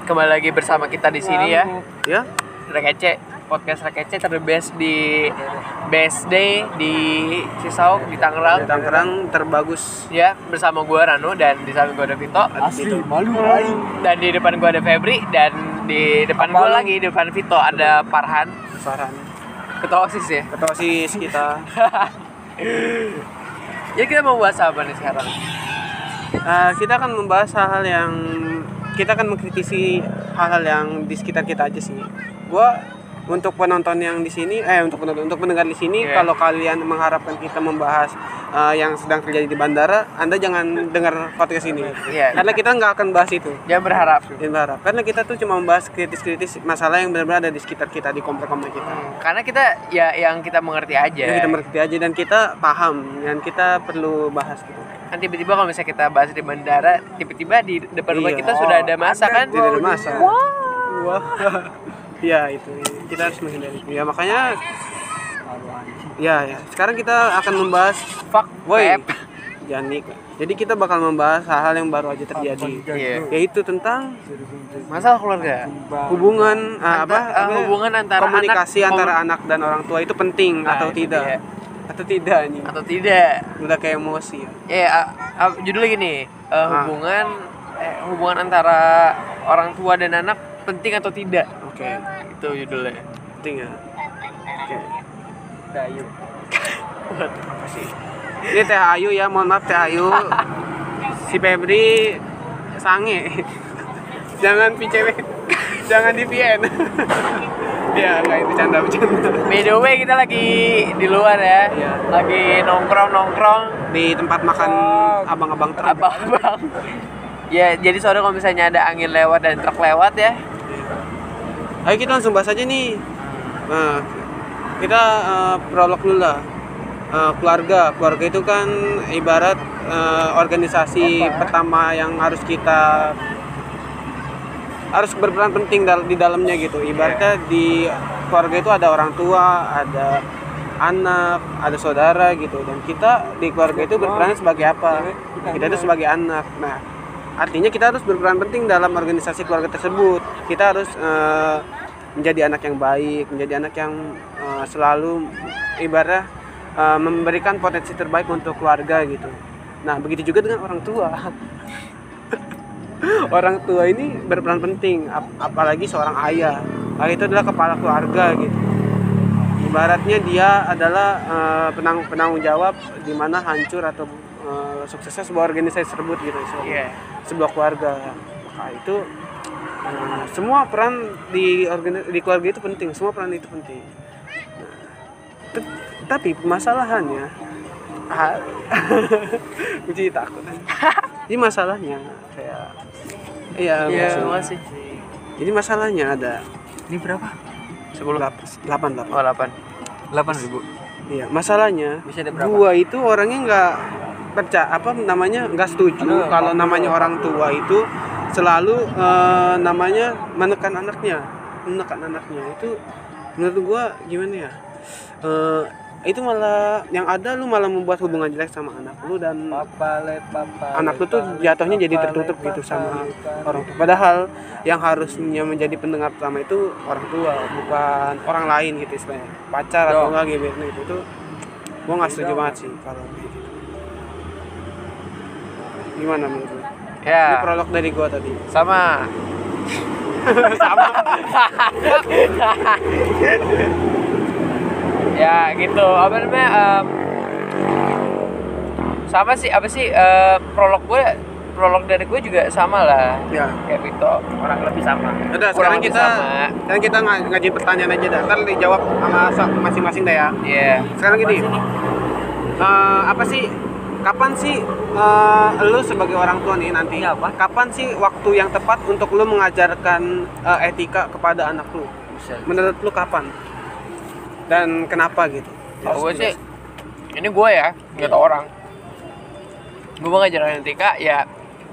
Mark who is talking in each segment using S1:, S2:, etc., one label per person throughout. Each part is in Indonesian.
S1: kembali lagi bersama kita di sini ya.
S2: Ya.
S1: Rekece, podcast Rekece terbest di Best Day di Cisauk di Tangerang.
S2: Tangerang terbagus.
S1: Ya, bersama gua Rano dan di samping gua ada Vito.
S3: Asli, malu aing.
S1: Dan di depan gua ada Febri dan di depan gua lagi di depan Vito ada Farhan. Ketua OSIS ya.
S2: Ketua OSIS kita.
S1: Jadi kita mau bahas apa nih sekarang?
S2: Kita akan membahas hal-hal yang kita akan mengkritisi hal-hal yang di sekitar kita aja sih. Gua untuk penonton yang di sini, untuk pendengar di sini, kalau kalian mengharapkan kita membahas yang sedang terjadi di bandara, Anda jangan dengar podcast ini. Karena kita nggak akan bahas itu.
S1: Jangan berharap.
S2: Karena kita tuh cuma membahas kritis-kritis masalah yang benar-benar ada di sekitar kita, di komplek-komplek kita.
S1: Karena kita ya yang kita mengerti aja.
S2: Yang kita mengerti aja dan kita paham dan kita perlu bahas gitu.
S1: Kan tiba-tiba kalau misalnya kita bahas di bandara, tiba-tiba di depan rumah kita sudah ada masa kan?
S2: Tidak ada masa. Wah. Ya itu kita harus menghindari. Ya makanya. Ya. Sekarang kita akan membahas
S1: Fuck
S2: boy. Janik. Jadi kita bakal membahas hal-hal yang baru aja terjadi. Yaitu tentang
S1: masalah keluarga.
S2: Hubungan
S1: hubungan antara
S2: komunikasi antara anak dan orang tua itu penting atau tidak? Atau tidak nih?
S1: Atau tidak?
S2: Udah kayak emosi ya.
S1: Judulnya gini, hubungan antara orang tua dan anak penting atau tidak?
S2: Oke.
S1: Itu judulnya.
S2: Penting ya. Oke.
S1: Dayu.
S2: Apa sih? Ini Teh Ayu ya, mohon maaf Teh Ayu. Si Febri sange. Jangan PCW. Jangan di VN. Ya, enggak itu bercanda.
S1: By the way, kita lagi di luar ya.
S2: Iya.
S1: Lagi nongkrong
S2: Di tempat makan abang-abang truk.
S1: Abang-abang. Ya, jadi sore kalau misalnya ada angin lewat dan truk lewat ya.
S2: Ayo kita langsung bahas aja nih. Nah, kita prolog dulu lah. Keluarga itu kan ibarat organisasi pertama yang harus berperan penting di dalamnya gitu. Ibaratnya di keluarga itu ada orang tua, ada anak, ada saudara gitu. Dan kita di keluarga itu berperan sebagai apa? Kita itu sebagai anak. Nah, artinya kita harus berperan penting dalam organisasi keluarga tersebut. Kita harus menjadi anak yang baik, menjadi anak yang selalu ibaratnya memberikan potensi terbaik untuk keluarga gitu. Nah, begitu juga dengan orang tua. Orang tua ini berperan penting, apalagi seorang ayah. Ayah itu adalah kepala keluarga gitu. Ibaratnya dia adalah penanggung jawab di mana hancur atau suksesnya sebuah organisasi tersebut gitu. Sebuah keluarga. Maka itu semua peran di keluarga itu penting, semua peran itu penting. Tapi permasalahannya jadi takut. Ini masalahnya kayak
S1: Masih.
S2: Jadi masalahnya ada.
S1: Ini berapa?
S2: 8.
S1: Oh, 8.000.
S2: Iya, masalahnya
S1: Bisa ada berapa?
S2: gua itu orangnya nggak nggak setuju kalau namanya orang tua itu selalu menekan anaknya itu menurut gua gimana ya, itu malah yang ada lu malah membuat hubungan jelek sama anak lu dan anak lu tuh jatuhnya jadi tertutup gitu sama orang tua. Padahal yang harusnya menjadi pendengar pertama itu orang tua, bukan orang lain gitu istilahnya, pacar atau enggak gitu. Itu gua nggak setuju banget sih kalau gitu. Gimana menurut lu?
S1: Ya.
S2: Ini prolog dari gua tadi.
S1: Sama. Ya gitu, sama sih, prolog dari gue juga sama lah
S2: Ya.
S1: kayak Vito, orang lebih sama.
S2: Udah, sekarang kita ngaji pertanyaan aja dah, ntar dijawab sama masing-masing dah ya.
S1: Iya.
S2: Sekarang gini, kapan sih lu sebagai orang tua nih nanti, kapan sih waktu yang tepat untuk lu mengajarkan etika kepada anak lu? Menurut lu kapan? Dan kenapa gitu?
S1: Gue sih, ini gue ya, nggak tau orang. Gue mau ngajarin etika ya,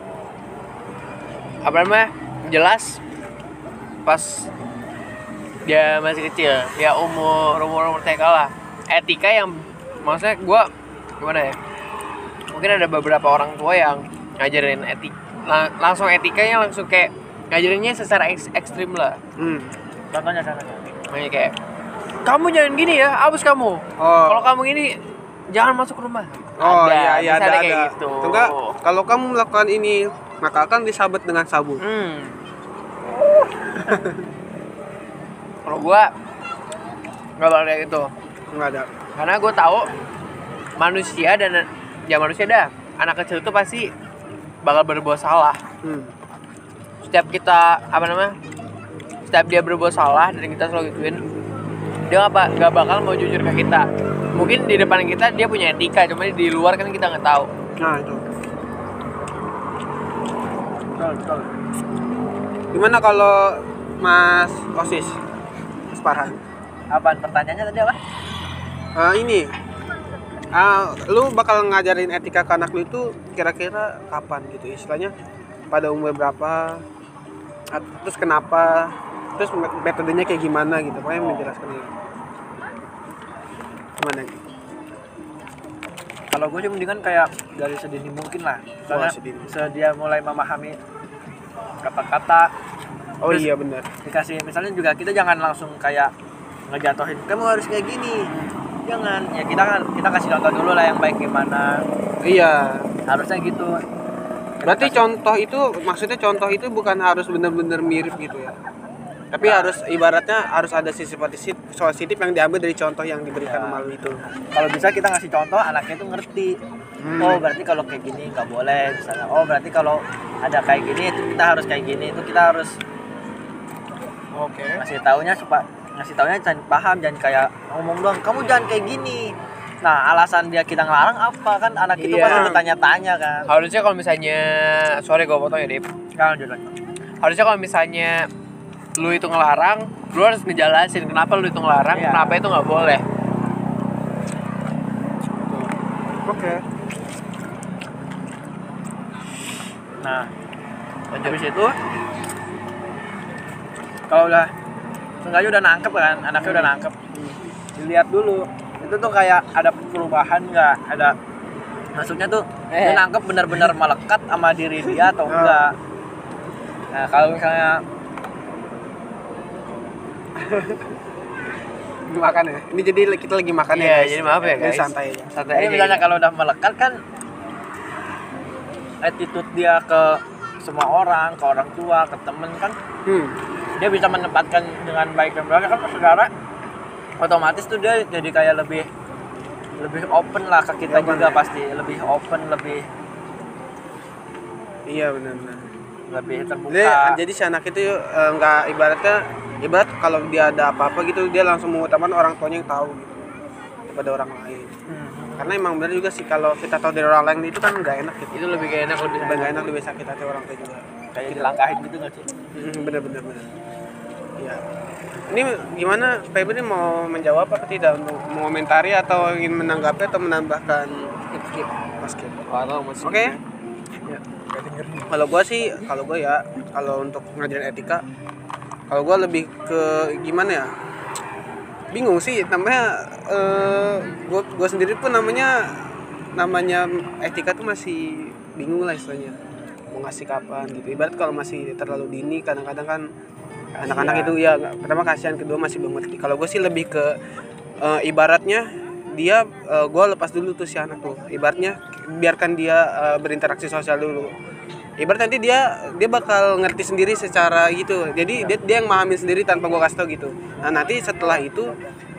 S1: jelas pas dia masih kecil, ya umur TK lah. Etika yang maksudnya gue gimana ya? Mungkin ada beberapa orang tua yang ngajarin langsung etikanya langsung kayak ngajarinnya secara ekstrim lah.
S3: Contohnya.
S1: Makanya kayak kamu jangan gini ya, abis kamu. Kalau kamu gini jangan masuk rumah.
S2: Iya ada
S1: kayak gitu.
S2: Enggak, kalau kamu melakukan ini maka akan disabet dengan sabun.
S1: Kalau gua nggak bakal kayak gitu.
S2: Enggak ada.
S1: Karena gua tahu manusia anak kecil itu pasti bakal berbuat salah. Setiap dia berbuat salah dan kita selalu gituin, dia nggak bakal mau jujur ke kita. Mungkin di depan kita dia punya etika, cuma di luar kan kita nggak tahu.
S2: Nah itu. Betul. Gimana kalau Mas Osis, Mas Farhan?
S3: Apaan pertanyaannya tadi apa?
S2: Lu bakal ngajarin etika ke anak lu itu kira-kira kapan gitu? Istilahnya pada umur berapa? Terus kenapa? Terus metodenya kayak gimana gitu? Pokoknya menjelaskan itu. Gimana gitu?
S3: Kalau gue sih mendingan kayak dari sedini mungkin lah. Karena dia mulai memahami kata-kata.
S2: Oh iya benar.
S3: Dikasih misalnya juga kita jangan langsung kayak ngejatuhin. Kamu harus kayak gini. Jangan. Ya kita kasih contoh dulu lah yang baik gimana.
S2: Iya.
S3: Harusnya gitu.
S2: Berarti maksudnya contoh itu bukan harus benar-benar mirip gitu ya. Tapi harus ibaratnya harus ada sisi positif yang diambil dari contoh yang diberikan sama lu itu.
S3: Kalau bisa kita ngasih contoh, anaknya tuh ngerti. Oh berarti kalau kayak gini nggak boleh misalnya. Oh berarti kalau ada kayak gini itu kita harus kayak gini, itu kita harus ngasih taunya jangan paham, jangan kayak ngomong doang kamu jangan kayak gini. Nah alasan kita ngelarang apa kan anak itu pasti bertanya-tanya kan.
S1: Harusnya kalau misalnya sorry gue potong ya Dip. Harusnya kalau misalnya lu itu ngelarang, lu harus ngejelasin kenapa lu itu ngelarang, kenapa itu nggak boleh.
S2: Oke.
S3: Nah, habis itu kalau seenggaknya udah nangkep kan, anaknya udah nangkep, dilihat dulu itu tuh kayak ada perubahan nggak, ada maksudnya tuh dia nangkep benar-benar melekat sama diri dia atau enggak. Nah kalau misalnya
S2: makan ya. Ini jadi kita lagi makan ya.
S1: Iya, jadi maaf ya guys.
S2: Santai aja.
S1: Santai aja.
S3: Misalnya kalau udah melekat kan attitude dia ke semua orang, ke orang tua, ke temen kan, dia bisa menempatkan dengan baik dan benar kan saudara. Otomatis tuh dia jadi kayak lebih open lah ke kita juga pasti, lebih open, lebih.
S2: Iya benar-benar.
S3: Lebih terbuka.
S2: Jadi si anak itu nggak ibarat kalau dia ada apa-apa gitu dia langsung mengutamakan orang tuanya yang tahu gitu daripada orang lain. Karena emang benar juga sih kalau kita tahu dari orang lain itu kan nggak enak gitu.
S1: Itu lebih gak enak,
S2: lebih sakit hati orang tua juga.
S3: Kayak dilangkahin gitu nggak sih?
S2: Bener. Iya. Ini gimana Febri mau menjawab apa tidak, untuk mengomentari atau ingin menanggapi atau menambahkan skip? Oke. Ya. Kalau untuk ngajarin etika, kalau gue lebih ke gimana ya, bingung sih namanya. Gue sendiri pun namanya etika tuh masih bingung lah istilahnya, mau ngasih kapan gitu. Ibarat kalau masih terlalu dini kadang-kadang kan anak-anak itu ya pertama kasihan, kedua masih belum ngerti. Kalau gue sih lebih ke ibaratnya dia gue lepas dulu tuh si anak tuh, ibaratnya biarkan dia berinteraksi sosial dulu. Ibarat nanti dia bakal ngerti sendiri secara gitu. Jadi dia yang memahami sendiri tanpa gue kasih tau gitu. Nah nanti setelah itu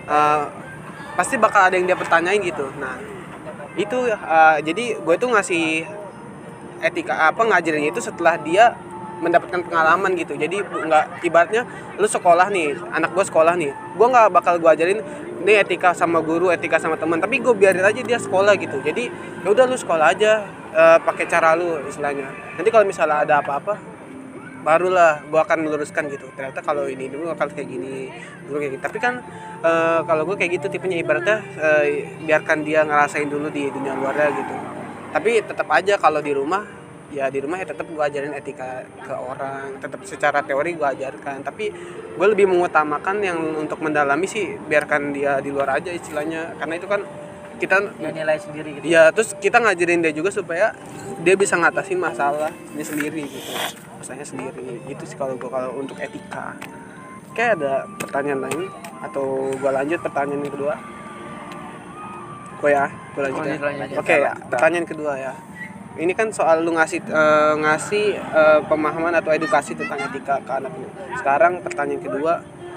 S2: pasti bakal ada yang dia pertanyain gitu. Nah itu jadi gue tuh ngasih etika ngajarinnya itu setelah dia mendapatkan pengalaman gitu. Jadi nggak ibaratnya lu sekolah nih, anak gue sekolah nih, gue nggak bakal gue ajarin ini etika sama guru, etika sama teman, tapi gue biarin aja dia sekolah gitu. Jadi ya udah lu sekolah aja pakai cara lu istilahnya. Nanti kalau misalnya ada apa-apa barulah gue akan meluruskan gitu. Ternyata kalau ini dulu bakal kayak gini, dulu kayak gitu. Tapi kan kalau gue kayak gitu tipenya, ibaratnya biarkan dia ngerasain dulu di dunia luarnya gitu. Tapi tetap aja kalau di rumah ya tetap gue ajarin etika ke orang, tetap secara teori gue ajarkan, tapi gue lebih mengutamakan yang untuk mendalami sih biarkan dia di luar aja istilahnya, karena itu kan kita
S3: dia nilai sendiri gitu.
S2: Ya terus kita ngajarin dia juga supaya dia bisa ngatasin masalahnya sendiri gitu. usahanya sendiri. Gitu sih kalau untuk etika. Kayak ada pertanyaan lain atau gua lanjut pertanyaan yang kedua? Gua lanjut ya.
S1: Lanjut.
S2: Oke, pertanyaan kedua ya. Ini kan soal lu ngasih pemahaman atau edukasi tentang etika ke anak lu. Sekarang pertanyaan kedua,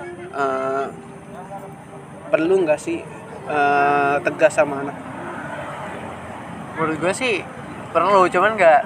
S2: perlu nggak sih tegas sama anak?
S1: Menurut gue sih perlu, cuman nggak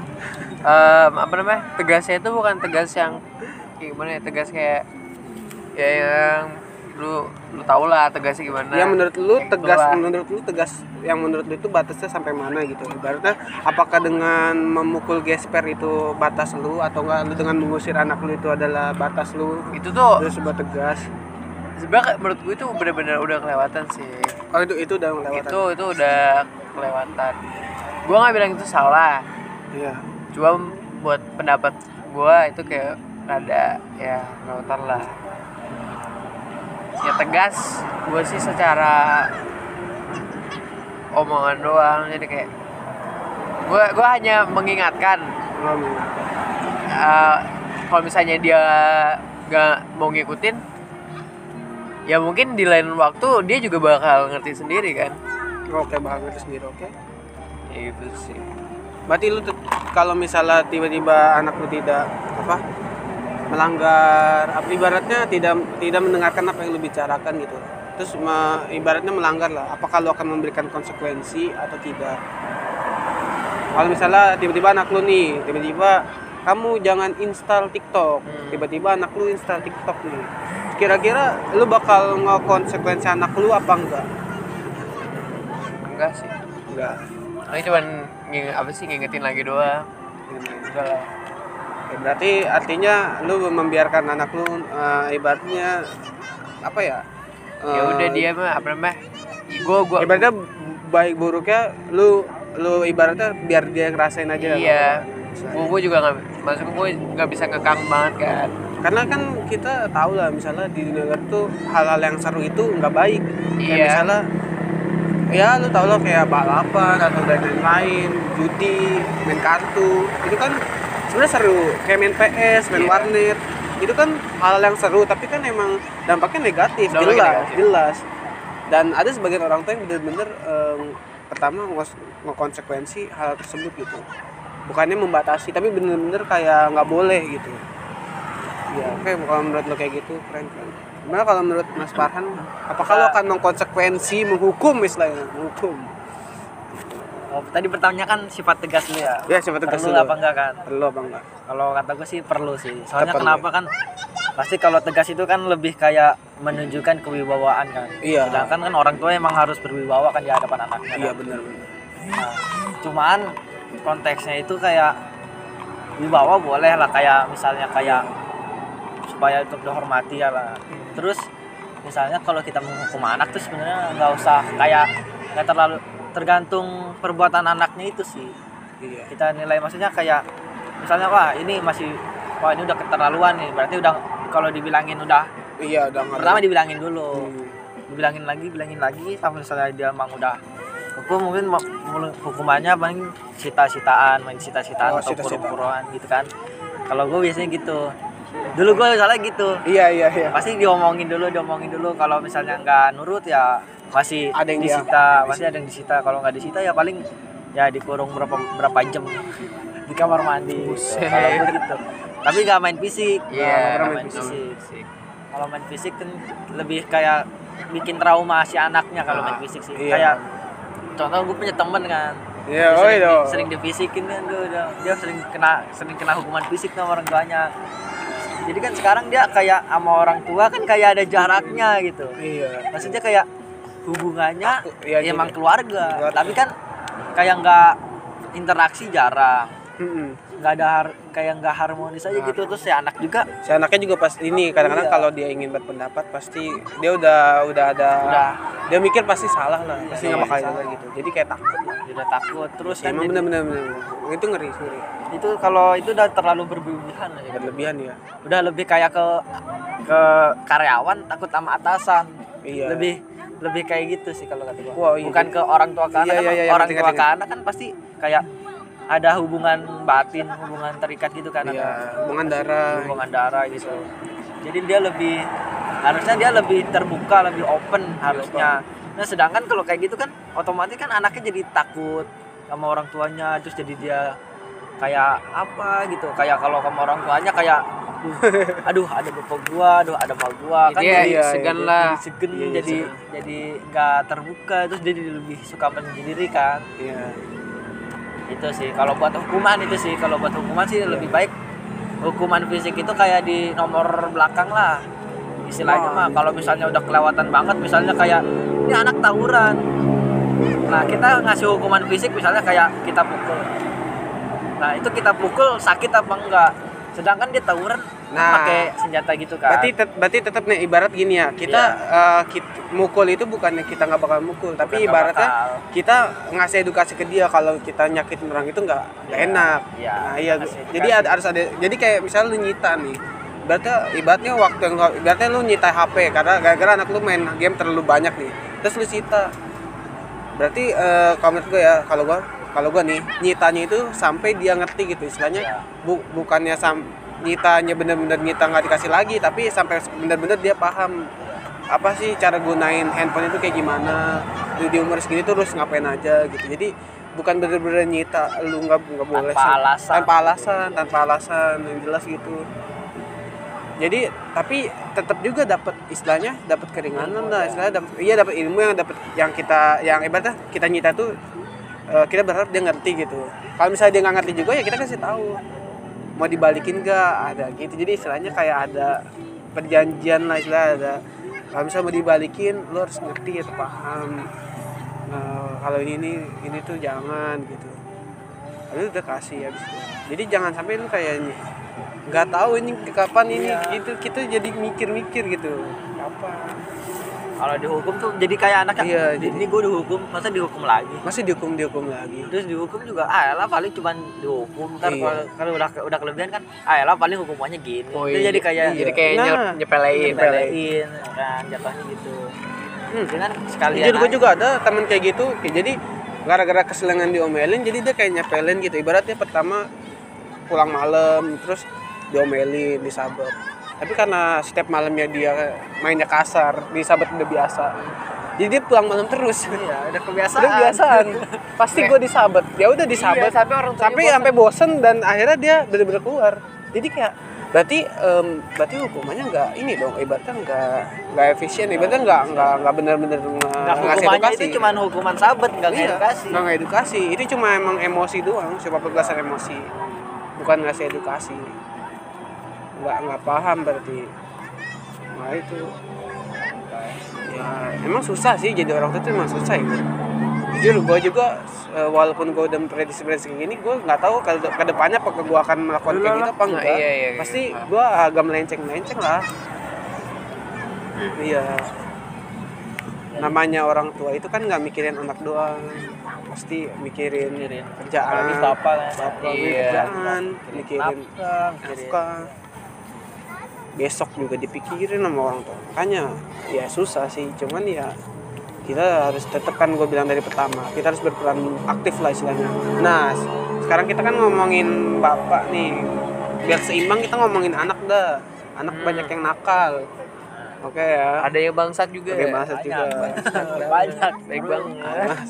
S1: tegasnya itu bukan tegas yang gimana ya, tegas kayak ya yang lu tau lah tegasnya gimana.
S2: Yang menurut lu tegas,
S1: Itulah.
S2: yang menurut lu itu batasnya sampai mana gitu? Ibaratnya apakah dengan memukul gesper itu batas lu, atau enggak lu dengan mengusir anak lu itu adalah batas lu?
S1: Itu tuh
S2: Itu sebuah tegas.
S1: sebenarnya menurut gue itu benar-benar udah kelewatan sih.
S2: Oh itu udah melewati.
S1: Itu udah kelewatan. Gue nggak bilang itu salah,
S2: Iya.
S1: cuma buat pendapat gue itu kayak rada ya kelewatan lah. Ya tegas gue sih secara omongan doang, jadi kayak gue hanya mengingatkan kalau misalnya dia nggak mau ngikutin, ya mungkin di lain waktu dia juga bakal ngerti sendiri kan.
S2: Oke, banget sendiri, oke.
S1: Ya gitu sih.
S2: Berarti lu kalau misalnya tiba-tiba anak lu tidak melanggar, ibaratnya tidak mendengarkan apa yang lu bicarakan gitu, terus ibaratnya melanggar lah, apakah lu akan memberikan konsekuensi atau tidak? Kalau misalnya tiba-tiba anak lu nih, tiba-tiba kamu jangan install TikTok, tiba-tiba anak lu install TikTok nih, kira-kira lu bakal ngekonsekuensi anak lu apa enggak?
S1: Enggak sih.
S2: Enggak.
S1: Ini cuman ngingetin lagi doang. Enggak lah.
S2: Oke, berarti artinya lu membiarkan anak lu ibaratnya apa ya?
S1: Ya udah dia mah gua
S2: Ibaratnya baik buruknya lu ibaratnya biar dia ngerasain aja.
S1: iya. Gue juga nggak bisa ngekang banget kan.
S2: Karena kan kita tahu lah, misalnya di dunia luar tuh hal-hal yang seru itu nggak baik. Kayak
S1: Iya.
S2: misalnya ya lu tau lah kayak balapan atau lain-lain, judi, main kartu, itu kan sebenarnya seru. Kayak main PS, main
S1: Iya.
S2: warnet, itu kan hal yang seru, tapi kan emang dampaknya negatif,
S1: Dampaknya negatif.
S2: jelas. Dan ada sebagian orang tua yang bener-bener pertama ngekonsekuensi hal tersebut gitu, bukannya membatasi, tapi bener-bener kayak nggak boleh gitu. Ya oke, kalau menurut lo kayak gitu keren. Gimana kalau menurut Mas Farhan, apakah lo akan mengkonsekuensi, menghukum istilahnya, menghukum?
S3: Oh, tadi pertanyaannya kan sifat tegas lu ya.
S2: Ya, sifat tegas
S3: perlu
S2: dulu.
S3: apa enggak kan?
S2: Perlu apa enggak?
S3: Kalau kata gue sih perlu sih. Soalnya
S2: Perlu.
S3: kenapa kan? Pasti kalau tegas itu kan lebih kayak menunjukkan kewibawaan kan.
S2: Iya.
S3: Sedangkan kan orang tua emang harus berwibawa kan di hadapan anaknya.
S2: Iya
S3: Kan?
S2: benar.
S3: Nah, cuman konteksnya itu kayak wibawa boleh lah, kayak misalnya kayak supaya untuk dihormati ya lah. Terus misalnya kalau kita menghukum anak tuh sebenarnya nggak usah kayak nggak terlalu tergantung perbuatan anaknya itu sih.
S2: Iya.
S3: Kita nilai maksudnya kayak misalnya ini udah keterlaluan nih, berarti udah kalau dibilangin udah
S2: Iya udah ngerti.
S3: pertama dibilangin dulu,
S2: Hmm.
S3: dibilangin lagi sampai misalnya dia emang udah hukum, mungkin hukumannya paling main sita-sitaan
S2: Oh,
S3: atau
S2: sita-sitaan.
S3: pura-puraan gitu kan. Kalau gue biasanya gitu, dulu gue misalnya gitu,
S2: Iya.
S3: pasti diomongin dulu kalau misalnya nggak nurut ya masih
S2: Ada yang
S3: disita, masih ada yang disita. Kalau nggak disita ya paling ya dikurung berapa jam di kamar mandi. Kalau gue gitu, tapi nggak main fisik.
S1: Iya,
S3: Nggak main fisik. Kalau main fisik kan lebih kayak bikin trauma si anaknya kalau main fisik sih.
S2: Iya.
S3: Kayak contoh gue punya temen kan,
S2: Iya,
S3: dia sering difisikin kan tuh, dia sering kena hukuman fisik sama orang tuanya. Jadi kan sekarang dia kayak sama orang tua kan kayak ada jaraknya gitu.
S2: Iya.
S3: Maksudnya kayak hubungannya
S2: Iya,
S3: ya emang
S2: jadi-
S3: keluarga,
S2: keluarga.
S3: tapi kan kayak nggak interaksi jarang,
S2: Mm-mm.
S3: nggak ada kayak nggak harmonis aja gitu. Terus si anak juga
S2: Si anaknya juga pas ini kadang-kadang
S3: Iya.
S2: kalau dia ingin berpendapat pasti dia udah ada
S3: udah
S2: dia mikir pasti salah lah, pasti nggak
S3: Iya,
S2: bakal
S3: salah.
S2: jalan gitu, jadi kayak takut lah.
S3: udah takut. Terus kan
S2: Emang
S3: jadi-
S2: bener itu ngeri.
S3: itu kalau itu udah terlalu berlebihan aja gitu.
S2: Berlebihan ya.
S3: Udah lebih kayak ke karyawan takut sama atasan.
S2: Iya.
S3: Lebih kayak gitu sih kalau kata gua.
S2: Wah, iya.
S3: Bukan ke orang tua ke anak.
S2: Iya,
S3: Kan
S2: iya,
S3: orang
S2: ngerti,
S3: tua
S2: ngerti.
S3: ke anak kan pasti kayak ada hubungan batin, hubungan terikat gitu kan,
S2: Iya,
S3: ada
S2: hubungan darah.
S3: hubungan darah gitu. Jadi dia harusnya dia lebih terbuka, lebih open harusnya. Nah sedangkan kalau kayak gitu kan otomatis kan anaknya jadi takut sama orang tuanya, terus jadi dia kayak apa gitu, kayak kalau sama orang tuanya kayak aduh ada bapak gua, aduh ada mak gua kan,
S1: Iya,
S3: jadi
S1: segan lah.
S3: segen,
S2: Iya,
S3: jadi nggak terbuka, terus jadi lebih suka menyendiri kan.
S2: Iya.
S3: Itu sih kalau buat hukuman, itu sih kalau buat hukuman sih lebih baik hukuman fisik itu kayak di nomor belakang lah istilahnya mah. Kalau misalnya udah kelewatan banget, misalnya kayak ini anak tawuran, nah kita ngasih hukuman fisik misalnya kayak kita pukul, nah itu kita pukul sakit apa enggak, sedangkan dia tawuran pakai senjata gitu kan.
S2: Berarti tetap nih ibarat gini ya, kita mukul itu bukannya kita nggak bakal mukul, tapi ibaratnya kita ngasih edukasi ke dia kalau kita nyakitin orang itu nggak enak.
S3: Iya.
S2: Nah iya,
S3: Ngasih
S2: jadi
S3: edukasi.
S2: harus ada. Jadi kayak misalnya lu nyita nih, ibaratnya waktu yang ibaratnya lu nyita HP karena gara-gara anak lu main game terlalu banyak nih, terus lu cita. Berarti kalau menurut gue ya, kalau gue nih nyitanya itu sampai dia ngerti gitu istilahnya, bukannya nyitanya bener-bener nyita nggak dikasih lagi, tapi sampai bener-bener dia paham apa sih cara gunain handphone itu kayak gimana, di umur segini tuh terus ngapain aja gitu. Jadi bukan bener-bener nyita lu nggak boleh tanpa alasan yang jelas gitu. Jadi tapi tetap juga dapat istilahnya, dapat keringanan lah istilahnya, dapat ilmu yang ibaratnya kita nyita tuh kita berharap dia ngerti gitu. Kalau misalnya dia nggak ngerti juga ya kita kasih tahu mau dibalikin gak, ada gitu. Jadi istilahnya kayak ada perjanjian lah istilahnya, ada kalau misalnya mau dibalikin lo harus ngerti atau paham, kalau ini tuh jangan gitu. Lalu udah kasih habis itu. Jadi jangan sampai lu kayaknya nggak tahu ini kapan ini gitu, kita jadi mikir gitu kapan.
S3: Kalau dihukum tuh jadi kayak anaknya,
S2: Iya,
S3: ini gue dihukum, masa dihukum lagi?
S2: Masih dihukum lagi.
S3: Terus dihukum juga, lah paling cuman dihukum. Ntar
S2: Iya.
S3: kalau udah kelebihan kan, lah paling hukumannya gini.
S1: Oh,
S3: Itu
S1: iya.
S3: jadi kayak
S1: nyepelein.
S3: kan jatuhnya gitu. Dengan sekalian
S2: Jujur gue juga ada teman kayak gitu. Jadi gara-gara keselengan diomelin, jadi dia kayak nyepelin gitu. Ibaratnya pertama pulang malam, terus diomelin, disabet. Tapi karena setiap malamnya dia mainnya kasar, disabet udah biasa. Jadi dia pulang malam terus.
S3: Iya, udah
S2: Kebiasaan. Pasti gue disabet. Ya udah disabet.
S1: Iya,
S2: sampai bosen dan akhirnya dia bener-bener keluar. Jadi kayak berarti hukumannya nggak ini dong, ibaratnya nggak efisien, ibaratnya nggak benar-benar ngasih
S3: hukumannya
S2: edukasi.
S3: itu cuma hukuman sabet, nggak edukasi.
S2: Nggak edukasi, itu cuma emang emosi doang, cuma pegasan emosi, bukan ngasih edukasi. Nggak paham berarti. Nah itu ya emang susah sih jadi orang tua itu, emang susah ya. Jujur gue juga walaupun gue udah memprediksi kayak gini, gue nggak tahu ke depannya apakah gue akan melakukan kayak gitu apa enggak.
S1: Iya.
S2: Pasti gue agak melenceng lah. Iya. Namanya orang tua itu kan nggak mikirin anak doang, pasti mikirin kerjaan, kerjaan, mikirin nafkah. Besok juga dipikirin sama orang tua. Makanya ya susah sih, cuman ya kita harus tetap, kan gue bilang dari pertama, kita harus berperan aktif lah istilahnya. Nah sekarang kita kan ngomongin bapak nih, biar seimbang kita ngomongin anak dah. Anak banyak yang nakal. Oke ya.
S1: Ada yang bangsat juga.
S2: Ada yang bangsat juga.
S3: Banyak.
S1: Baik banget.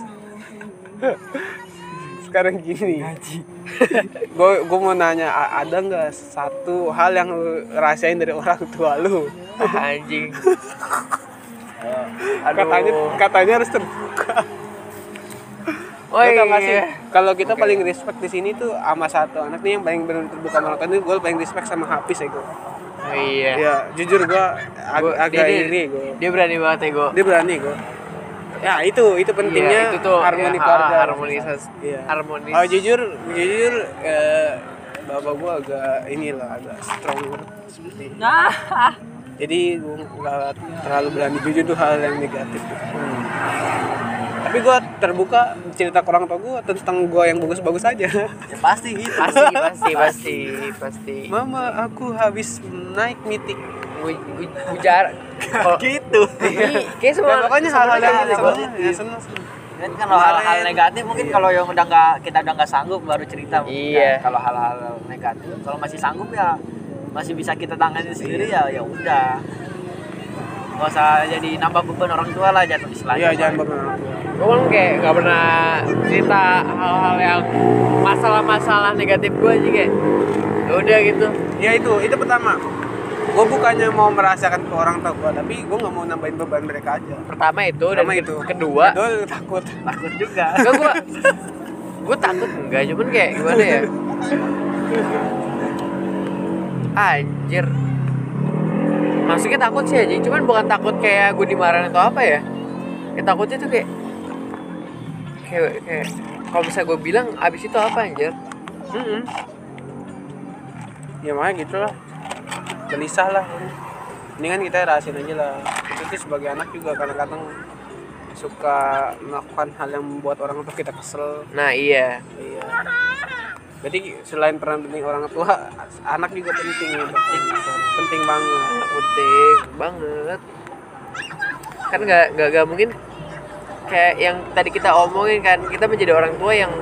S2: Sekarang gini, gue mau nanya, ada nggak satu hal yang lu rasain dari orang tua lu?
S1: Anjing.
S2: Katanya harus terbuka.
S1: Oh
S2: Tau gak sih?
S1: iya.
S2: Kalau kita paling respect di sini tuh sama satu anak nih yang paling benar terbuka sama orang tua, gue paling respect sama Hafiz ya gue.
S1: Oh iya.
S2: Ya jujur gue agak iri gue.
S1: Dia berani banget ya gue.
S2: Dia berani gue. Ya itu pentingnya,
S1: itu tuh
S2: harmoni
S1: ya,
S2: keluarga.
S1: harmonisasi.
S2: Iya.
S1: Harmonis.
S2: Oh jujur bapak gue agak strong seperti ini. Jadi gue nggak terlalu berani jujur tuh hal yang negatif gitu. Tapi gue terbuka cerita ke orang tua gue tentang gue yang bagus-bagus aja.
S3: Ya pasti gitu.
S1: Pasti.
S2: Mama, aku habis naik mitik.
S1: Ujar.
S3: Gitu.
S1: Kayak semua.
S2: Pokoknya hal-hal yang gitu.
S1: Semua.
S2: Ya seneng. Ya
S3: Kan kalau hal-hal negatif mungkin kalau yang kita udah nggak sanggup baru cerita.
S1: Iya.
S3: Kan. Kalau hal-hal negatif, kalau masih sanggup ya masih bisa kita tangani sendiri ya udah. Nggak usah jadi nambah beban orang tua lah jatuh istilahnya.
S2: Iya, jangan beban orang tua.
S1: Gue kan kayak nggak pernah cerita hal-hal yang masalah-masalah negatif gue aja kayak ya udah gitu.
S2: Ya itu pertama. Gue bukannya mau merasakan ke orang tua gue, tapi gue nggak mau nambahin beban mereka aja.
S1: Pertama itu dan
S2: itu.
S1: kedua
S2: takut
S3: juga.
S1: Gue takut enggak, cuman kayak gimana ya? Anjir. Maksudnya takut sih aja, cuman bukan takut kayak gue dimarahin atau apa ya. Kayak takutnya tuh kayak kalau bisa gue bilang abis itu apa anjir?
S2: Ya makanya gitu lah, gelisah lah. Ini kan kita rahasiain aja lah. Itu tuh sebagai anak juga kadang-kadang suka melakukan hal yang membuat orang tua kita kesel.
S1: Nah iya.
S2: Berarti selain peran penting orang tua, anak juga penting banget. Kan nggak mungkin kayak yang tadi kita omongin kan, kita menjadi orang tua yang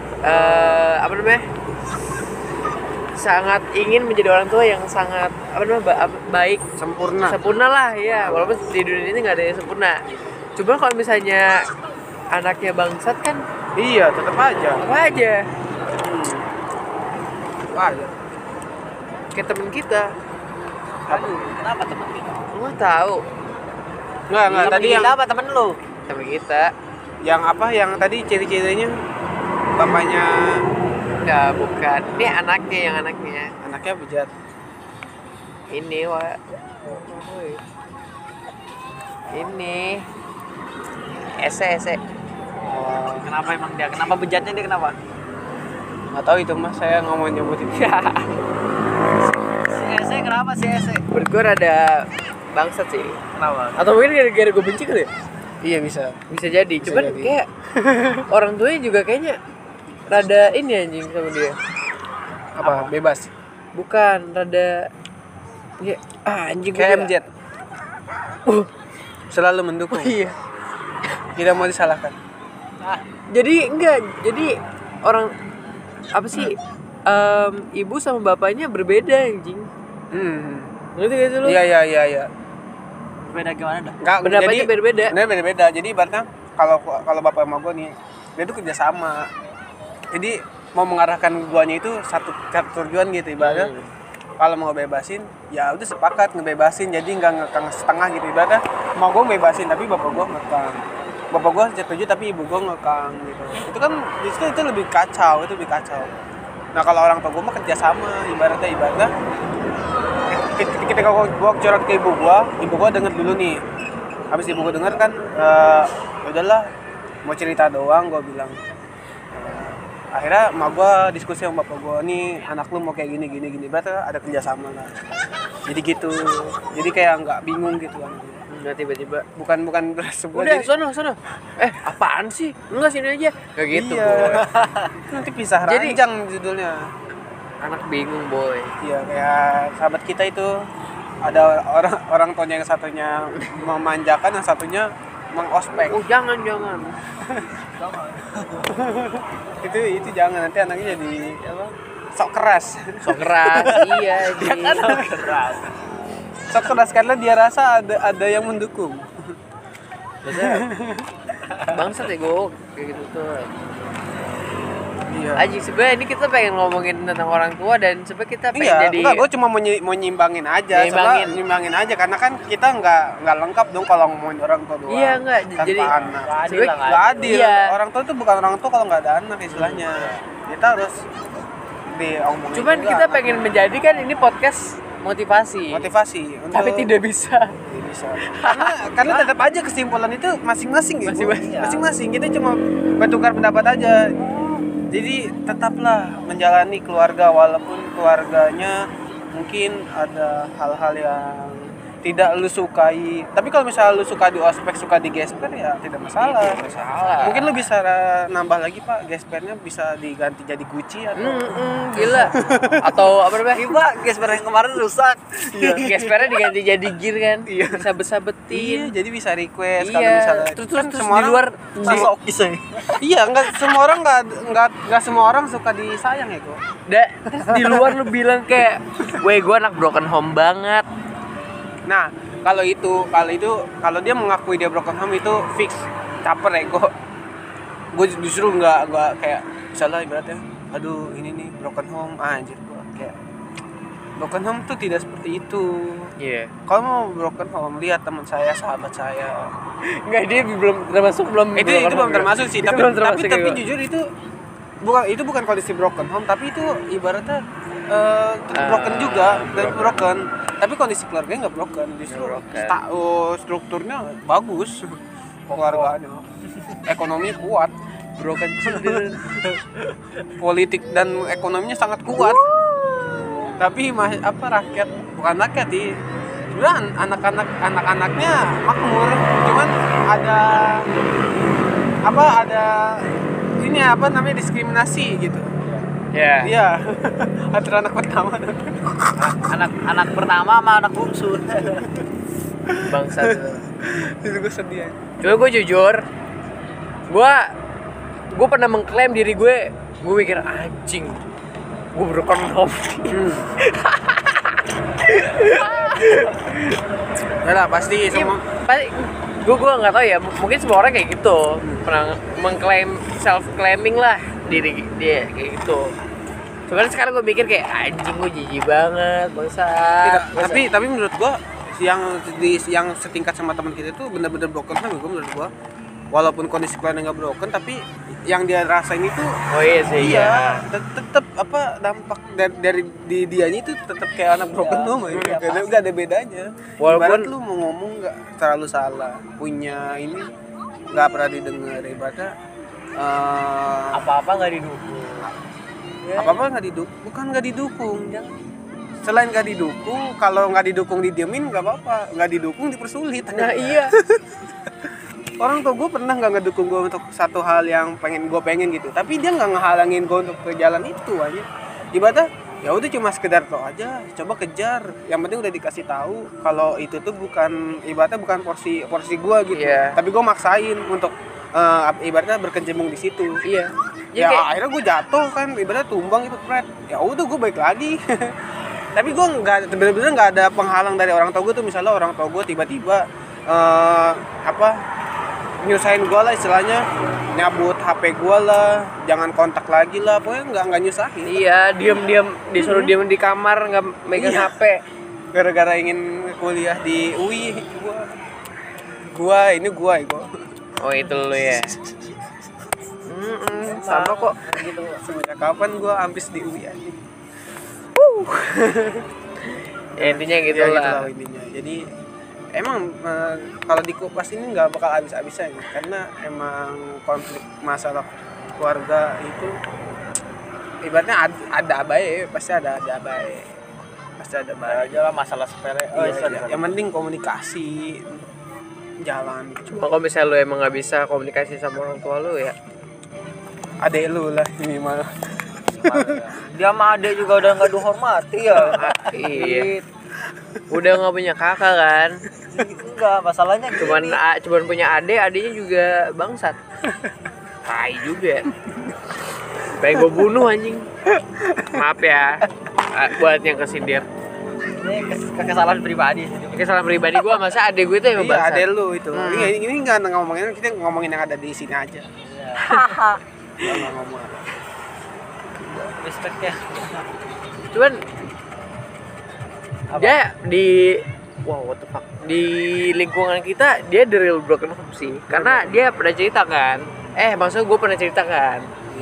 S2: sangat ingin menjadi orang tua yang sangat baik, sempurna lah ya, walaupun di dunia ini nggak ada yang sempurna. Cuma kalau misalnya anaknya bangsat kan, iya tetap aja.
S1: Kayak temen kita.
S3: Aduh, kenapa temen kita?
S1: Nggak tahu.
S2: Nggak tadi yang
S3: apa temen lu?
S1: Temen kita.
S2: Yang apa? Yang tadi ciri-cirinya bapaknya.
S1: Nggak, bukan. Ini anaknya.
S2: Anaknya bejat.
S1: Ini ese.
S3: Oh, kenapa emang dia? Kenapa bejatnya dia kenapa?
S2: Nggak tahu itu mas, saya ngomong nyebutin.
S3: Si Ese kenapa si Ese?
S1: Menurut gue rada bangsat sih.
S3: Kenapa?
S1: Atau mungkin gara-gara gue benci kali ya?
S2: Iya bisa.
S1: Bisa jadi. Cuman kayak orang tuanya juga kayaknya rada ini anjing sama dia.
S2: Apa? Bebas.
S1: Bukan, rada ya anjing
S2: kayak MZ. Selalu mendukung.
S1: Iya.
S2: Tidak mau disalahkan.
S1: Jadi orang apa sih? Ibu sama bapaknya berbeda anjing. Ngerti gak sih lu?
S2: Iya.
S3: Beda gimana dah?
S1: Pendapatnya berbeda.
S2: Beda. Jadi ibaratnya kalau bapak sama gue nih, dia tuh kerja sama. Jadi mau mengarahkan guanya itu satu tujuan gitu ibaratnya. Kalau mau bebasin, ya udah sepakat ngebebasin. Jadi nggak ngekang setengah gitu ibaratnya. Mau gue bebasin tapi bapak gue ngekang. Bapak gue setuju tapi ibu gue ngekang gitu. Itu kan itu lebih kacau. Nah kalau orang tua gue mah kerja sama ibaratnya. Ketika gue curhat ke ibu gue denger dulu nih. Habis ibu gue denger kan, udahlah mau cerita doang gue bilang. Akhirnya emak gue diskusi sama bapak gue, nih anak lu mau kayak gini, berarti ada kerjasama lah. Jadi gitu, jadi kayak nggak bingung gitu kan.
S1: Nggak tiba-tiba.
S2: Bukan sebuah.
S1: Udah, sono. Apaan sih? Enggak, sini aja. Kayak gitu.
S2: Iya. Nanti pisah ranjang judulnya.
S1: Anak bingung boy.
S2: Iya, kayak sahabat kita itu ada orang tuanya yang satunya memanjakan, yang satunya mengospek.
S1: Oh jangan.
S2: itu jangan, nanti anaknya jadi apa? Sok keras.
S1: Iya.
S2: Sok keras karena dia rasa ada yang mendukung.
S1: Bangsat ya gue kayak gitu tuh.
S2: Iya.
S1: Aji sebenarnya ini kita pengen ngomongin tentang orang tua dan sebenarnya kita pengen jadi.
S2: Enggak, gue cuma mau nyimbangin aja. Nyimbangin aja karena kan kita nggak lengkap dong kalau ngomongin orang tua doang.
S1: Iya enggak, jadi
S2: anak. Nggak adil.
S1: Iya.
S2: Orang tua itu bukan orang tua kalau nggak ada anak istilahnya. Kita harus diomongin.
S1: Cuman kita pengen menjadikan ini podcast motivasi untuk... Tapi tidak bisa.
S2: Karena tetap aja kesimpulan itu masing-masing gitu. Masing-masing kita cuma bertukar pendapat aja. Jadi tetaplah menjalani keluarga walaupun keluarganya mungkin ada hal-hal yang tidak lu sukai. Tapi kalau misalnya lu suka di ospek, suka di gesper ya tidak masalah.
S1: Tidak masalah.
S2: Mungkin lu bisa nambah lagi Pak, gespernya bisa diganti jadi Gucci atau
S1: Gila. Atau apa namanya?
S3: Iya Pak, gesper yang kemarin rusak.
S1: Gespernya diganti jadi gear kan?
S2: Iya.
S1: Bisa besabetin.
S2: Iya, jadi bisa request kalau
S1: Iya.
S2: misalnya.
S1: Terus
S2: Kan
S1: terus
S2: semua
S1: di
S2: orang-
S1: luar
S3: Masa okis aja.
S2: Iya, semua orang nggak semua orang suka disayang ya kok.
S1: terus di luar lu bilang kayak, "Weh, gue anak broken home banget."
S2: Nah, kalau dia mengakui dia broken home itu fix caper ego. Gue justru nggak kayak misalnya ibaratnya, aduh ini nih broken home, anjir gue kayak broken home tuh tidak seperti itu.
S1: Iya.
S2: Kalau mau broken home, lihat teman saya, sahabat saya.
S1: Enggak, dia belum termasuk
S2: Itu belum termasuk sih,
S1: Itu
S2: tapi
S1: belum termasuk
S2: tapi
S1: ya, gua.
S2: jujur itu bukan kondisi broken home, tapi itu ibaratnya broken juga, dan broken. Tapi kondisi keluarganya nggak broken, justru strukturnya bagus, keluarganya, ekonominya kuat,
S1: broken children.
S2: politik dan ekonominya sangat kuat. Tapi rakyat, bukan rakyat sih, sebenarnya anak-anaknya makmur, cuman ada ini diskriminasi gitu.
S1: Ya.
S2: Iya. Antara anak pertama dan
S3: Anak pertama sama anak bungsu.
S1: Bangsa tuh.
S2: itu gue sedih aja.
S1: Coba gue jujur, gue pernah mengklaim diri gue mikir anjing, gue broken home.
S2: Ya lah pasti semua.
S1: Gue nggak tahu ya, mungkin semua orang kayak gitu, pernah mengklaim self claiming lah diri dia kayak gitu. Cuman sekarang gue mikir kayak anjing, gue jijik banget bangsa.
S2: Tapi menurut gue yang setingkat sama teman kita itu benar-benar broken home gue menurut gue. Walaupun kondisi keluarga nggak broken, tapi yang dia rasain itu
S1: Oh iya sih.
S2: iya tetap dampak dari dianya itu tetap kayak anak broken home ya. Gak ada bedanya.
S1: Walaupun
S2: Ibarat lu mau ngomong nggak terlalu salah, punya ini nggak pernah didengar, ibaratnya
S3: Apa-apa nggak didukung.
S2: apa-apa nggak didukung, bukan nggak didukung. Selain nggak didukung, kalau nggak didukung didiemin nggak apa-apa, nggak didukung dipersulit.
S1: Nah iya.
S2: Orang tua gue pernah nggak ngedukung gue untuk satu hal yang gue pengen gitu, tapi dia nggak ngehalangin gue untuk ke jalan itu aja. Ibaratnya ya udah cuma sekedar tau aja, coba kejar. Yang penting udah dikasih tahu kalau itu tuh bukan porsi gue gitu.
S1: Iya.
S2: Tapi gue maksain untuk ibaratnya berkecimpung di situ.
S1: Iya.
S2: Ya
S1: kayak,
S2: akhirnya gue jatuh kan, ibaratnya tumbang itu Fred. Ya udah gue balik lagi. Tapi gue bener-bener nggak ada penghalang dari orang tua gue tuh. Misalnya orang tua gue tiba-tiba nyusahin gue lah, istilahnya nyabut HP gue lah, jangan kontak lagi lah, pokoknya nggak nyusahin.
S1: iya, diam-diam disuruh diam di kamar, nggak megang
S2: Iya.
S1: HP.
S2: Gara-gara ingin kuliah di UI, gue.
S1: Oh itu lo ya. Sama kok.
S3: Gitu.
S2: Semenjak kapan gue ambis di UI aja.
S1: Ya, intinya gitu
S2: Ya,
S1: lah.
S2: intinya. Jadi emang kalau di Kupas ini nggak bakal habis-habisan ya, karena emang konflik masalah keluarga itu ibaratnya ada abai, pasti ada abai.
S3: Aja lah masalah sepele.
S2: Iya. Yang penting komunikasi jalan.
S1: Cuma kalau misalnya lu emang nggak bisa komunikasi sama orang tua lu ya,
S2: Adek lu lah minimal.
S3: Dia sama adek juga udah nggak dihormati ya.
S1: iya. Udah nggak punya kakak kan,
S3: Enggak, masalahnya gini.
S1: cuman punya adeknya juga bangsat. Tai juga. Pengen gue bunuh anjing. Maaf ya, buat yang kesindir.
S3: Ini kesalahan pribadi sih.
S1: Kesalahan pribadi gue, masa adek gue tuh emang
S2: Iya,
S1: bangsat.
S2: adek lu itu. Ini nggak ngomongin, kita ngomongin yang ada di sini aja. Nggak ngomong.
S3: Respect ya.
S1: Cuman
S3: Apa?
S1: dia what the fuck, di lingkungan kita dia the real broken home sih, karena dia pernah cerita kan, maksudnya gue pernah cerita kan.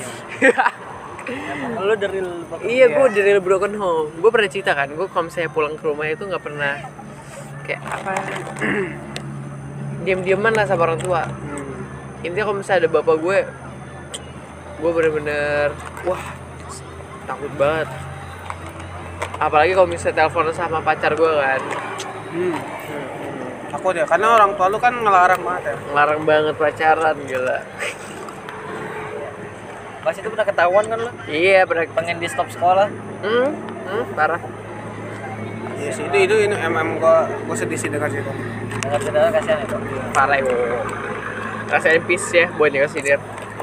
S3: Lu dari
S1: Iya, gue the real broken home. Gue pernah cerita kan, gue kalau misalnya pulang ke rumah itu nggak pernah kayak apa diam-diaman lah sama orang tua. Intinya kalau misalnya ada bapak gue bener-bener wah takut banget. Apalagi kalau misalnya telepon sama pacar gue kan,
S2: Takut ya, karena orang tua lu kan ngelarang banget ya.
S1: Ngelarang banget pacaran, gila.
S3: Pas itu udah ketahuan kan lu?
S1: Iya, pernah
S3: Pengen di stop sekolah.
S1: parah.
S2: Iya sih, itu emang gua sedih sih dengar cerita.
S3: Dengar cerita kasihan itu.
S1: Parah itu. Rasain peace ya, buat kasih dia.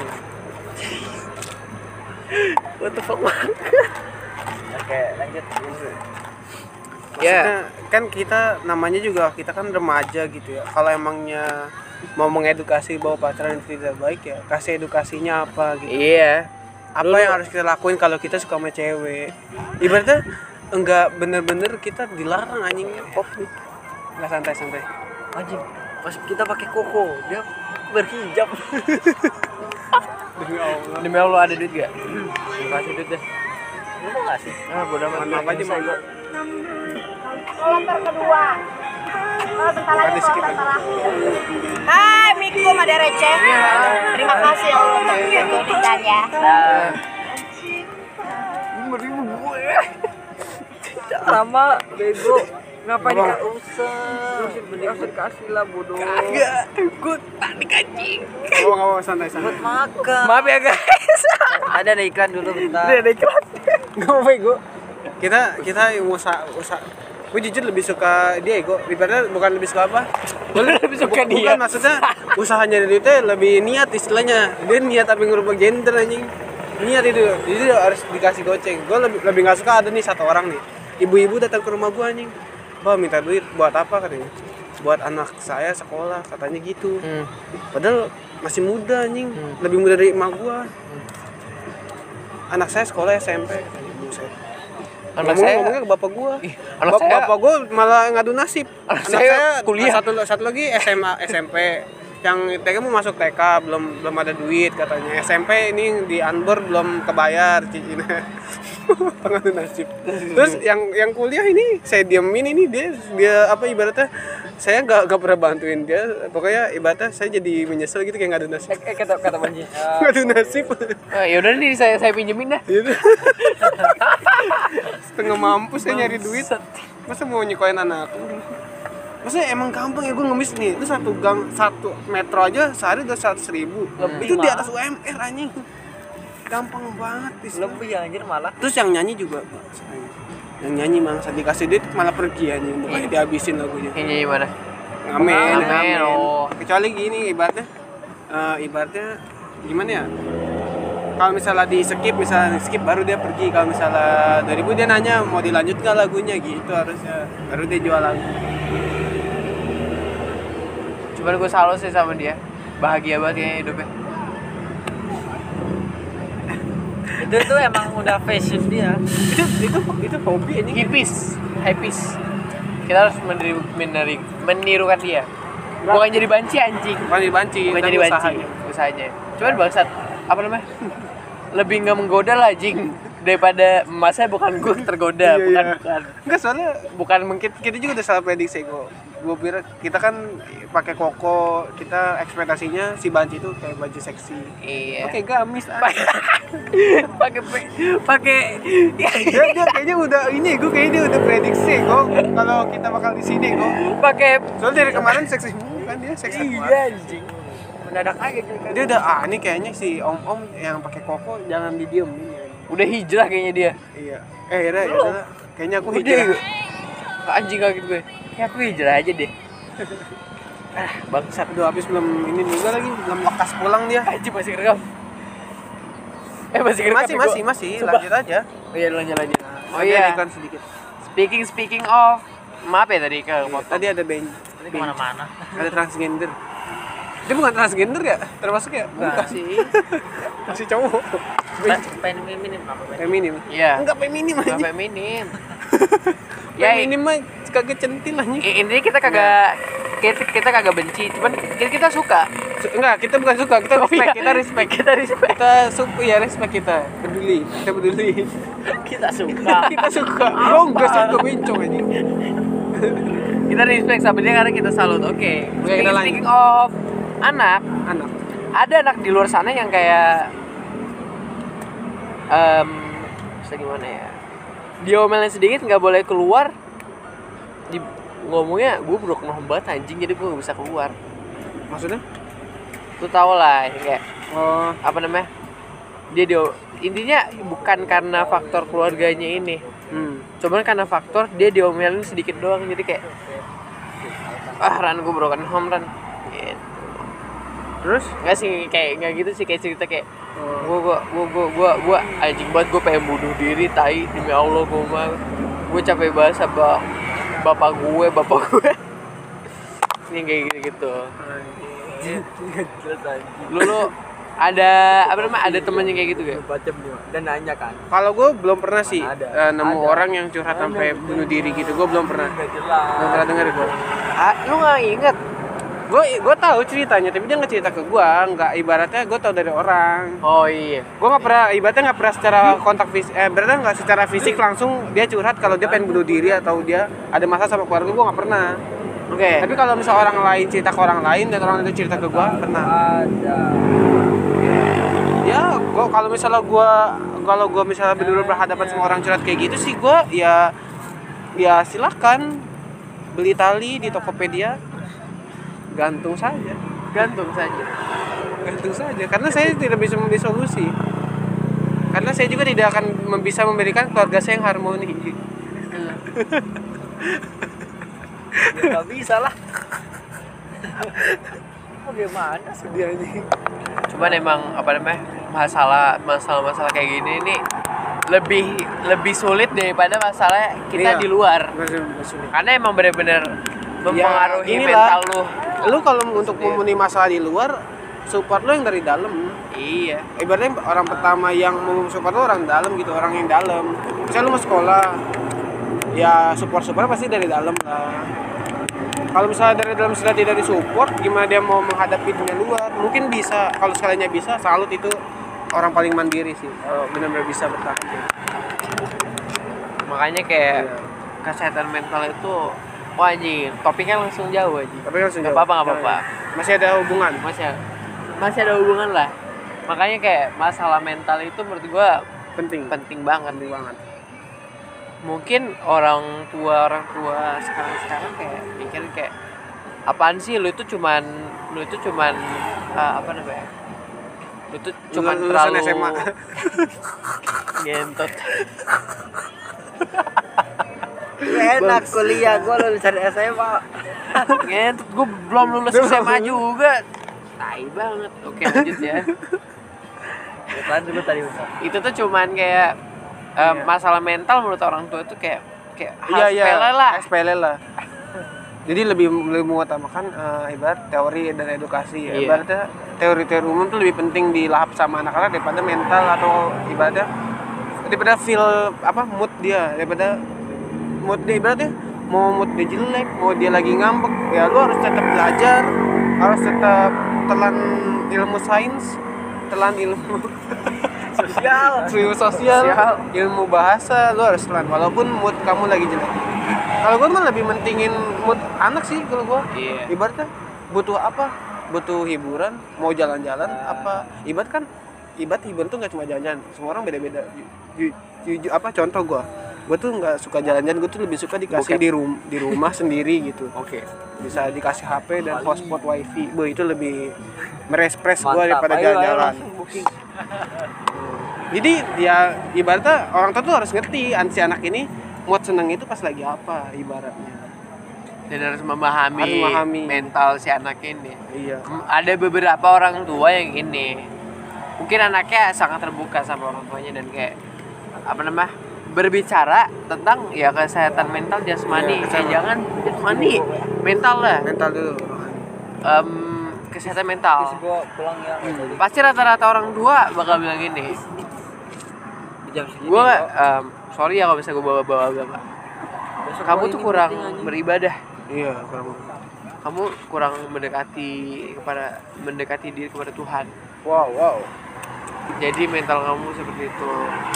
S1: What the fuck?
S3: Oke, lanjut.
S2: Maksudnya kan kita namanya juga kita kan remaja gitu ya. Kalau emangnya mau mengedukasi bahwa pacaran itu tidak baik ya, kasih edukasinya apa gitu.
S1: Iya.
S2: Apa yang harus kita lakuin kalau kita suka sama cewek? Ibaratnya enggak bener-bener kita dilarang anjing. Pop nih. Enggak santai-santai.
S3: Anjing, pas kita pakai koko, dia berhijab.
S2: Demi Allah.
S1: Demi Allah ada duit gak? Kasih duit deh.
S3: Lu mau nggak sih?
S1: Bodoh amat.
S2: Apa aja mau.
S4: Kloter kedua. Oh, bentar lagi
S2: Ada skip
S4: kloter
S2: aja.
S4: terakhir. Hai, Miku Made Receh. Terima kasih ya untuk kekudikannya.
S3: Sama bego. Ngapain
S2: Apa?
S3: enggak usah? Usah kasih lah bodoh.
S1: Kagak. Gue panik anjing.
S2: Enggak apa santai-santai.
S3: Buat makan.
S1: Maaf ya guys.
S3: Ada iklan dulu bentar.
S1: Udah ada iklan.
S2: Enggak apa gue. Kita usaha. Gue jujur lebih suka dia ego. Ibaratnya bukan lebih suka apa? Gue
S1: Lebih suka dia.
S2: Bukan maksudnya usahanya dari itu lebih niat istilahnya. Dia niat tapi ngerubah gender anjing. Niat itu. Jadi harus dikasih goceng. Gue lebih nggak suka ada nih satu orang nih. Ibu-ibu datang ke rumah gue anjing. Bah minta duit buat apa katanya? Buat anak saya sekolah katanya gitu. Padahal masih muda anjing. Lebih muda dari emak gue. Anak saya sekolah SMP katanya. Buset. Ngomongnya ke bapak gua.
S1: anak saya-
S2: Bapak gua malah ngadu nasib.
S1: Anak saya kuliah.
S2: Satu lagi SMA SMP. Yang TK mau masuk TK belum ada duit katanya. SMP ini di Anbor belum kebayar cicinya. Ngadu nasib. Terus yang kuliah ini saya diemin ini dia apa ibaratnya saya nggak pernah bantuin dia. Pokoknya ibaratnya saya jadi menyesal gitu kayak ngadu nasib.
S3: Kata Panji.
S2: Ngadu nasib.
S1: Ya udah nih saya pinjemin dah.
S2: Gitu. Setengah mampus saya nyari duit. Masa mau nyikoin anak? Masa emang gampang ya gue ngemis nih. Itu satu gang 1 metro aja sehari udah 100.000. Itu di atas UMR anjing. Gampang banget istilah.
S3: Lebih anjir malah.
S2: Terus yang nyanyi juga yang nyanyi mangsa dikasih duit malah pergi anjing. Bukannya dihabisin lagunya.
S1: Ini gimana?
S2: Ngamen.
S1: Oh.
S2: Kecuali gini ibaratnya gimana ya? Kalau misalnya di skip baru dia pergi. Kalau misalnya 2000 dia nanya mau dilanjut nggak lagunya gitu harusnya baru dia jual lagu.
S1: Cuman gue salut sih sama dia. Bahagia banget kayaknya hidupnya.
S3: Itu emang udah fashion dia.
S2: itu hobi ini.
S1: Hippies. Kita harus menirukan dia. Bukan jadi banci anjing.
S2: Bukan dibanci,
S1: Bukan
S2: tapi
S1: jadi banci.
S2: usahanya.
S1: Usahanya. Cuman bangsat apa namanya? Lebih nggak menggoda lah anjing daripada masa bukan gue tergoda,
S2: Iya.
S1: bukan.
S2: Enggak soalnya kita juga udah salah prediksi kok. Gue kira kita kan pakai koko, kita ekspektasinya si banci itu kayak baju seksi.
S1: Iya.
S2: Oke, gamis.
S1: pakai
S2: Dia kayaknya udah gue kayaknya dia udah prediksi kok kalau kita bakal di sini kok.
S1: pakai
S2: Soalnya dari kemarin seksi kan dia seksi banget.
S1: iya anjing.
S3: Mendadak aja gitu kan.
S2: Dia udah ini kayaknya si om yang pakai koko jangan didiemin ya.
S1: Udah hijrah kayaknya dia.
S2: Iya. Udah, kayaknya aku hijrah.
S1: Anjing kaget gue. Ya aku hijrah aja deh. Bangsat.
S2: Udah habis belum ini juga lagi, belum lekas pulang dia.
S1: Anjing masih kerekam. Masih kerekam.
S2: Masih, lanjut aja.
S1: Oh iya lanjut. Oh
S2: Tadi ada
S1: iya.
S2: iklan sedikit.
S1: Speaking of, maaf ya tadi ke foto.
S2: Tadi ada
S3: Tadi kemana-mana.
S2: ada transgender. Dia bukan transgender ya? Termasuk ya? Bukan. Masih cowok.
S3: Feminim apa?
S2: Feminim.
S1: Iya.
S2: Enggak feminim aja.
S1: Enggak feminim. Ya
S2: Feminim mah kagak centil aja.
S1: intinya kita kagak kagak benci, cuman kita suka.
S2: Enggak, kita bukan suka, kita respect, kita respect.
S1: Kita respect.
S2: Kita suka ya respect kita. Kita peduli.
S1: Kita suka.
S2: Kita suka. Lo enggak suka bencong aja.
S1: Kita respect sama dia karena kita salut. Oke.
S2: kita lanjut.
S1: Speaking of anak, ada anak di luar sana yang kayak bisa gimana ya? Diomelin sedikit nggak boleh keluar, ngomongnya gue broken home banget anjing, jadi gue gak bisa keluar.
S2: Maksudnya?
S1: Lu tau lah kayak
S2: Oh,
S1: apa namanya, dia intinya bukan karena faktor keluarganya ini, cuman karena faktor dia diomelin sedikit doang, jadi kayak Ran gue broken home Ran gitu.
S2: Terus?
S1: Nggak sih, kayak nggak gitu sih, kayak cerita kayak gue anjing banget, gue pengen bunuh diri tai, demi Allah gue capek banget sama bapak gue ini kayak gitu. Lu ada apa namanya, ada temennya kayak gitu gak?
S3: Bacem nih dan nanya kan.
S2: Kalau gue belum pernah sih nemu
S3: Ada.
S2: orang yang curhat sampai bunuh diri gitu. Gue belum pernah.
S3: Nggak jelas.
S2: Belum pernah denger gue.
S1: Lu nggak inget?
S2: Gue tahu ceritanya, tapi dia nggak cerita ke gue. Nggak, ibaratnya gue tahu dari orang.
S1: Oh iya.
S2: Gue nggak pernah, ibaratnya nggak pernah secara kontak fisik, berarti nggak secara fisik langsung dia curhat kalau dia pengen bunuh diri atau dia ada masalah sama keluarga. Gue nggak pernah.
S1: Oke.
S2: Tapi kalau misal orang lain cerita ke orang lain dan orang itu cerita ke gue, pernah.
S3: Ada.
S2: Ya, kalau misalnya gue misalnya benar-benar berhadapan sama orang curhat kayak gitu sih, gue ya silakan beli tali di Tokopedia, gantung saja, karena saya tidak bisa memberi solusi, karena saya juga tidak akan bisa memberikan keluarga saya yang harmoni.
S3: Ya, nggak bisa lah. Bagaimana sih dia ini?
S1: Cuman emang apa namanya, masalah kayak gini ini lebih sulit daripada masalah kita
S2: Iya.
S1: di luar,
S2: Maksudnya.
S1: karena emang benar-benar mempengaruhi
S2: inilah.
S1: mental lu.
S2: Lu kalau untuk memenuhi masalah di luar, support lu yang dari dalam.
S1: Iya.
S2: Ibaratnya orang pertama yang mau support lu orang dalam gitu, orang yang dalam. Misalnya lu mau sekolah, ya support pasti dari dalam lah. Kalau misalnya dari dalam sudah tidak disupport, gimana dia mau menghadapi dunia luar? Mungkin bisa, kalau sekalinya bisa, salut, itu orang paling mandiri sih, kalau benar-benar bisa bertahan.
S1: Makanya kayak kesehatan mental itu, wah anjing, topiknya langsung jauh aja.
S2: Tapi langsung
S1: Nggak
S2: jawab.
S1: apa-apa.
S2: Masih ada hubungan.
S1: Masih ada hubungan lah. Makanya kayak masalah mental itu menurut gua
S2: Penting
S1: banget.
S2: banget.
S1: Mungkin orang tua sekarang kayak mikir kayak apaan sih, lu itu cuman apa namanya, lu tuh cuman
S2: Lulusan
S1: terlalu
S2: SMA.
S1: gentot.
S3: Enak kuliah, gue lulusan SMA.
S1: Gentot, gue belum lulus SMA juga, tai banget. Oke, lanjut ya.
S3: Apaan dulu tadi Ustaz?
S1: Itu tuh cuman kayak masalah mental menurut orang tua itu kayak hal sepele lah.
S2: Jadi lebih mengutamakan ibarat teori dan edukasi.
S1: Iya.
S2: Ibaratnya teori-teori umum tuh lebih penting dilahap sama anak-anak daripada mental, atau ibaratnya daripada mood dia, ibaratnya mau mood dia jelek, mau dia lagi ngambek, ya lu harus tetap belajar, harus tetap telan ilmu sains, telan ilmu sosial, ilmu bahasa, lu harus telan walaupun mood kamu lagi jelek. Kalau gue mah lebih mentingin mood anak sih kalau gue.
S1: Iya.
S2: Ibaratnya butuh apa? Butuh hiburan, mau jalan-jalan apa? Ibarat hiburan tuh nggak cuma jalan-jalan, semua orang beda-beda. Contoh gue tuh nggak suka jalan-jalan, gue tuh lebih suka dikasih di rumah sendiri gitu.
S1: Oke.
S2: Bisa dikasih HP dan hotspot wifi, itu lebih merespres gue daripada jalan-jalan. Jadi ya ibaratnya orang tua tuh harus ngerti si anak ini mood seneng itu pas lagi apa ibaratnya.
S1: Dan harus memahami mental si anak ini.
S2: Iya.
S1: Ada beberapa orang tua yang ini mungkin anaknya sangat terbuka sama orang tuanya dan kayak berbicara tentang ya kesehatan mental jasmani. Jangan jasmani, mental lah.
S2: Mental dulu.
S1: Kesehatan mental.
S3: Gue pulang ya.
S1: Pasti rata-rata orang tua bakal bilang gini.
S3: Jam segini.
S1: Gue sorry ya kalau bisa gue bawa-bawa agama. Kamu tuh kurang beribadah.
S2: Iya,
S1: Kamu kurang mendekati diri kepada Tuhan.
S2: Wow.
S1: Jadi mental kamu seperti itu.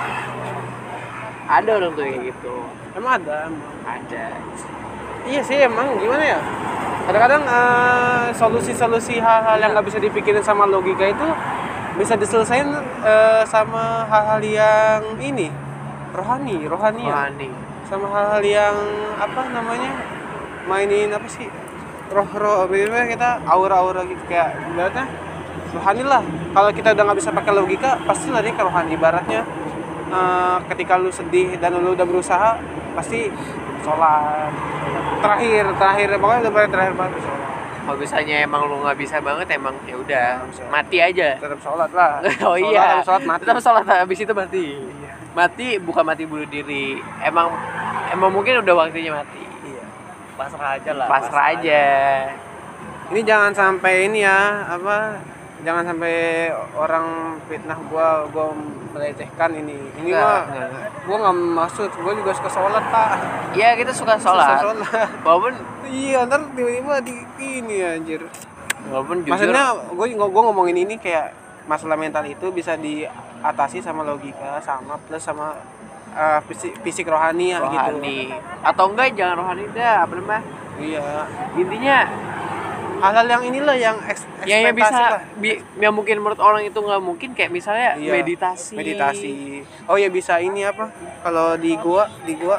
S1: Ada orang tuh kayak gitu.
S2: Emang ada. Iya sih, emang gimana ya? Kadang-kadang solusi-solusi hal-hal yang nggak bisa dipikirin sama logika itu bisa diselesain sama hal-hal yang rohani, sama hal-hal yang mainin apa sih roh-roh, biasanya kita aura-aura gitu kayak ibaratnya rohani lah. Kalau kita udah nggak bisa pakai logika, pasti lari ke rohani. Ibaratnya ketika lu sedih dan lu udah berusaha, pasti sholat. Terakhir pokoknya udah paling terakhir banget sholat.
S1: Kalau misalnya emang lu nggak bisa banget, emang ya udah mati aja.
S2: Tetap sholat lah.
S1: Oh iya,
S2: sholat mati.
S1: tetap sholat habis itu mati.
S2: Iya.
S1: Mati bukan mati bunuh diri. Emang mungkin udah waktunya mati.
S3: Iya. Pasrah aja lah.
S1: Pasrah aja.
S2: Ini jangan sampai ini ya, jangan sampai orang fitnah gua melecehkan ini mah gua nggak maksud, gua juga suka sholat Pak.
S1: Iya, kita suka sholat. Walaupun
S2: Iya, ntar tiba-tiba di ini anjir.
S1: walaupun jujur.
S2: Maksudnya gua ngomongin ini kayak masalah mental itu bisa diatasi sama logika sama plus sama fisik rohani ya gitu.
S1: rohani. Atau enggak jangan rohani dah, apa namanya?
S2: Iya.
S1: Intinya
S2: Hal-hal yang inilah yang
S1: yang bisa
S2: lah.
S1: yang mungkin menurut orang itu nggak mungkin, kayak misalnya
S2: Iya, meditasi. Oh ya bisa ini apa? Kalau di gua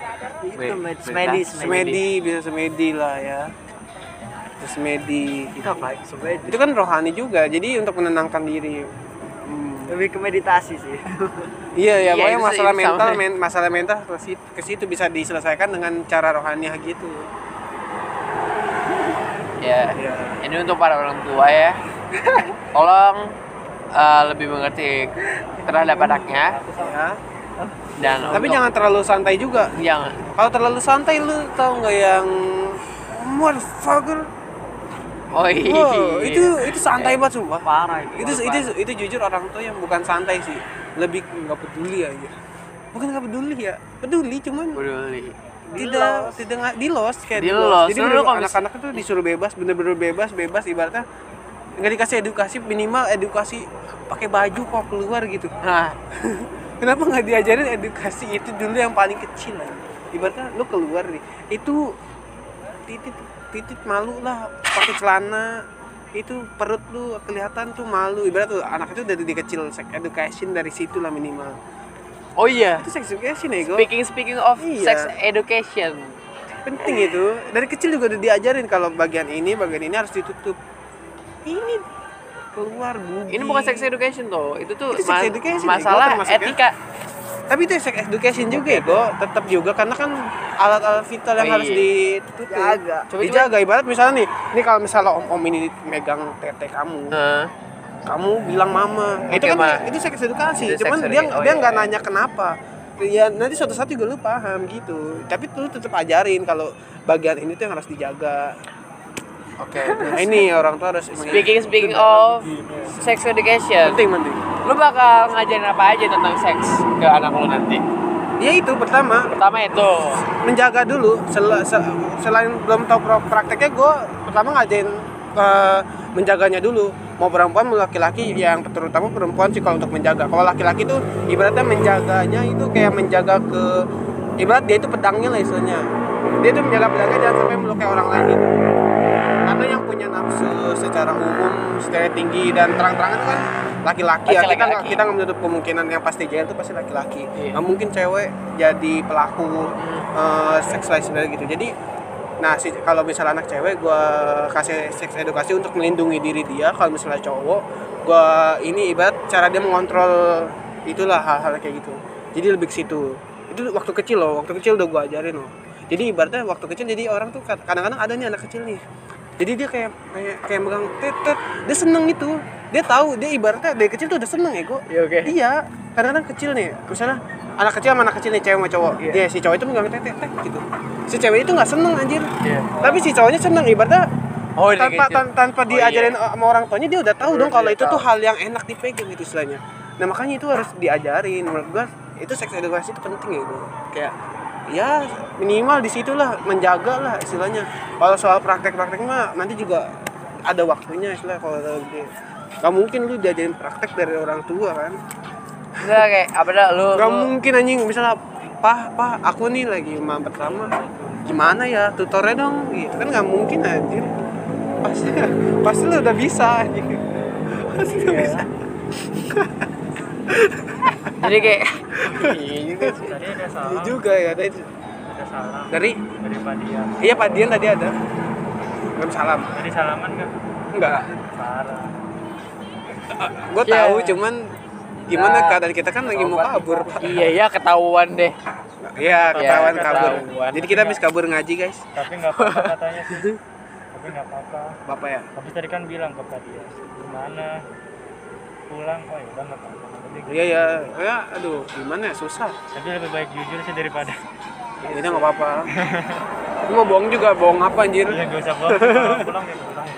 S2: semedi, bisa semedi lah ya. Semedi.
S3: Itu apa? Sebenarnya
S2: Itu kan rohani juga. Jadi untuk menenangkan diri.
S3: lebih ke meditasi sih.
S2: Iya ya,
S1: Iya,
S2: pokoknya
S1: itu
S2: masalah
S1: sama.
S2: mental, masalah mental ke situ bisa diselesaikan dengan cara rohani gitu.
S1: ya.
S2: Iya.
S1: Ini untuk para orang tua ya. Tolong lebih mengerti terhadap anaknya
S2: Ya.
S1: dan
S2: Tapi
S1: untuk-
S2: jangan terlalu santai juga.
S1: jangan.
S2: Kalau terlalu santai lu tau nggak yang motherfucker?
S1: Oh iya.
S2: Wow, itu santai banget sumpah.
S3: Parah
S2: Itu jujur orang tua yang bukan santai sih, lebih nggak peduli aja. Bukan nggak peduli ya, peduli cuman
S1: Peduli.
S2: tidak nggak di lost kayak
S1: Di
S2: lost.
S1: lost.
S2: Jadi
S1: Lu
S2: bener-
S1: kalau
S2: anak-anak itu disuruh bebas, bener-bener bebas ibaratnya nggak dikasih edukasi, minimal edukasi pakai baju kok keluar gitu.
S1: Nah,
S2: Kenapa nggak diajarin edukasi itu dulu yang paling kecil aja? Ibaratnya lu keluar nih, itu titit malu lah pakai celana, itu perut lu kelihatan tuh malu. Ibarat tuh anak itu dari kecil sex education dari situ lah minimal.
S1: oh iya.
S2: Itu sex education ya,
S1: Speaking of
S2: Iya.
S1: sex education.
S2: penting itu. Dari kecil juga udah diajarin kalau bagian ini harus ditutup. Ini keluar bumi.
S1: Ini bukan sex education tuh. Itu tuh
S2: Itu sex education,
S1: masalah
S2: Ego, termasuknya.
S1: etika.
S2: Tapi itu sex education juga ya, tetap juga karena kan alat-alat vital yang
S1: Oh,
S2: harus
S1: iya.
S2: ditutup.
S3: Jaga.
S2: Dijaga. Ibarat misalnya ini kalau misalnya om ini megang tete kamu, kamu bilang mama.
S1: Oke,
S2: Itu kan
S1: Ma.
S2: itu sex edukasi.
S1: Itu
S2: Cuman
S1: sex
S2: dia
S1: education. Oh,
S2: dia
S1: iya,
S2: nggak
S1: iya.
S2: nanya kenapa. Ya nanti suatu saat juga lu paham gitu. Tapi lu tetap ajarin kalau bagian ini tuh yang harus dijaga.
S1: Oke.
S2: Nah, ini orang tua harus
S1: Speaking of sex education,
S2: penting.
S1: lu bakal ngajarin apa aja tentang seks ke anak lu nanti?
S2: Ya itu pertama
S1: Pertama itu
S2: menjaga dulu. Selain belum tahu prakteknya, gue pertama ngajain menjaganya dulu. Mau perempuan mau laki-laki, yang terutama perempuan sih kalau untuk menjaga. Kalau laki-laki tuh ibaratnya menjaganya itu kayak menjaga ibarat dia itu pedangnya lah istilahnya. Dia tuh menjaga pedangnya jangan sampai melukai orang lain gitu. Karena yang punya nafsu secara umum secara tinggi dan terang-terangan itu kan laki-laki ya.
S1: Pasti laki-laki.
S2: Kita nggak menutup kemungkinan yang pasti jail itu pasti laki-laki.
S1: Iya.
S2: Nggak mungkin cewek jadi pelaku seks life sebenarnya gitu. Jadi kalau misalnya anak cewek gue kasih seks edukasi untuk melindungi diri dia. Kalau misalnya cowok gue ini ibarat cara dia mengontrol itulah hal-hal kayak gitu. Jadi lebih ke situ. Itu waktu kecil udah gue ajarin loh. Jadi ibaratnya waktu kecil, jadi orang tuh kadang-kadang ada nih anak kecil nih. Jadi dia kayak megang tetet, dia seneng itu. Dia tahu, dia ibaratnya dari kecil tuh udah seneng ya kok.
S1: Iya, oke.
S2: Iya, kadang-kadang kecil nih, misalnya anak kecil sama anak kecil nih, cewek sama cowok.
S1: Iya.
S2: Dia si cowok itu megang tetet gitu. Si cewek itu nggak seneng anjir.
S1: Iya.
S2: Tapi si cowoknya seneng, ibaratnya
S1: Oh, dari kecil.
S2: tanpa
S1: Oh,
S2: diajarin
S1: iya.
S2: sama orang tuanya, dia udah tahu dong kalau
S1: Dia
S2: itu tuh
S1: tahu.
S2: hal yang enak dipegang gitu istilahnya. Nah makanya itu harus diajarin. Menurut gua itu seks edukasi itu penting ya itu. Kayak ya minimal di situlah menjaga lah istilahnya. Kalau soal praktek-praktek mah nanti juga ada waktunya istilah kalau gitu. Gak mungkin lu diajarin praktek dari orang tua kan.
S1: Enggak kayak apa dah lu.
S2: Gak
S1: lu-
S2: mungkin anjing misalnya Pak, aku nih lagi mam pertama. Gimana ya tutornya dong gitu kan gak mungkin anjir. Pasti lu udah bisa anjing. Pasti lu bisa.
S1: Jadi kayak iya juga sih.
S3: Tadi ada
S2: Iya
S3: salah.
S2: juga ya ada
S5: salam
S2: Dari
S5: dari Padian.
S2: iya Pak Dian tadi ada. Belum salam.
S5: Tadi salaman kan?
S2: Enggak.
S5: Parah.
S2: Gue
S1: Iya.
S2: tahu cuman gimana keadaan kita kan lagi mau kabur. Pak.
S1: Iya ketahuan deh.
S2: Iya, ketahuan
S1: Iya,
S2: kabur.
S1: ketahuan.
S2: Jadi kita habis kabur ngaji, guys.
S5: Tapi nggak apa-apa katanya sih. Tapi nggak apa-apa.
S2: Bapak ya.
S5: Tapi tadi kan bilang ke Padian, gimana? Pulang, oh ya udah nggak apa-apa. Tapi
S2: Iya ya, ya aduh gimana ya susah.
S5: tapi lebih baik jujur sih daripada
S2: Itu nggak apa-apa. Lu mau bohong juga, bohong apa anjir?
S5: ya nggak usah pulang, pulang ya pulang.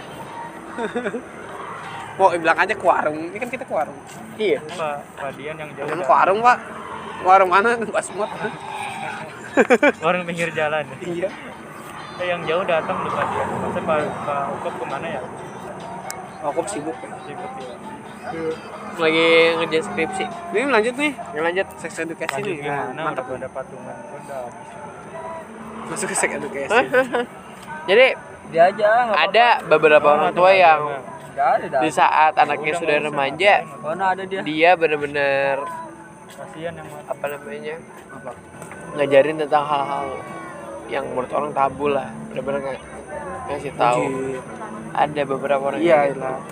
S2: Mau bilang aja ke warung. Ini kan kita ke warung.
S1: Iya.
S5: Pak Padian yang jauh.
S2: Jangan ke warung, Pak. Warung mana? Mbak Semut.
S5: Warung pinggir jalan.
S2: Iya.
S5: Yang jauh datang lupa dia. Masa Pak Ukop kemana ya?
S2: Aku sibuk.
S5: Sibuk ya.
S1: Lagi ngerjain skripsi.
S2: Ini lanjut nih.
S1: Yang lanjut.
S2: Sex education
S5: Lanjut
S2: nih.
S5: gimana?
S2: Nah, mantap.
S5: Udah pada patungan pun udah habis.
S2: Masuk ke sex education.
S1: Jadi
S3: Dia aja
S1: ada beberapa orang tua yang
S3: Enggak ada dah.
S1: di saat anaknya sudah remaja,
S3: Mana ada dia?
S1: dia benar-benar
S5: Kasihan yang mati.
S1: apa namanya ngajarin tentang hal-hal yang menurut orang tabu lah, benar-benar ngasih tahu.
S2: Anjir.
S1: Ada beberapa orang
S2: Iya,
S1: gitu.
S2: lah.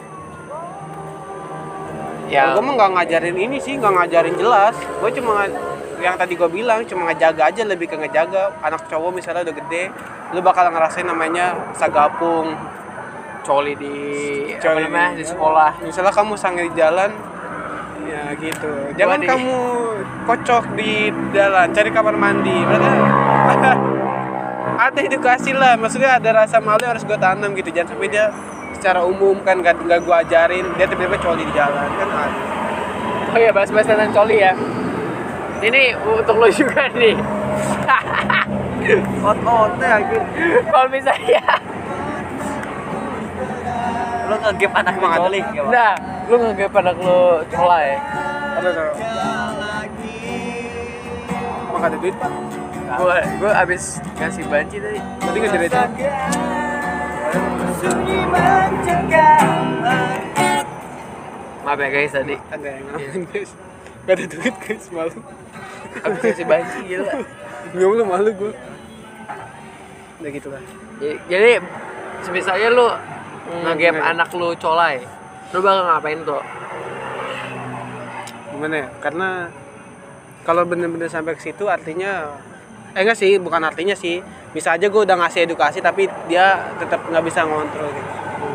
S1: Yang
S2: Gue mah nggak ngajarin ini sih, nggak ngajarin jelas. Gue cuma yang tadi gue bilang cuma ngejaga aja, lebih ke ngejaga. Anak cowok misalnya udah gede, lu bakal ngerasain namanya sagapung.
S1: coli di
S2: Coli
S1: apa namanya di sekolah.
S2: Misalnya kamu sange di jalan, ya gitu. Jangan
S1: Waduh.
S2: kamu kocok di jalan, cari kamar mandi. Berarti ada edukasi lah, maksudnya ada rasa malu yang harus gue tanam gitu. Jangan sampai dia secara umum kan nggak gue ajarin, dia tiba-tiba coli di jalan kan ada.
S1: Oh ya, bahas-bahas tentang coli ya. Ini untuk lo juga nih.
S3: Ot-otnya gitu.
S1: Kalau misalnya,
S3: Lu nge-game anak
S2: Emang ada?
S3: mencolik ya, Pak?
S1: nah, lu nganggep anak lo colai.
S2: Ada tuh. Emang ada duit pak?
S1: Gue abis ngasih banci tadi.
S2: Tadi nggak jadi aja.
S1: Maaf ya guys tadi.
S2: Ada yang ngamen guys. Gak ada duit guys, malu.
S1: Abis ngasih banci gila.
S2: Nggak boleh malu gue. Udah gitu lah.
S1: Jadi misalnya lu nge-game anak lu colai, lu bakal ngapain tuh?
S2: Gimana ya? Karena kalau bener-bener sampai ke situ artinya enggak sih, bukan artinya sih. Bisa aja gue udah ngasih edukasi tapi dia tetap nggak bisa ngontrol gitu.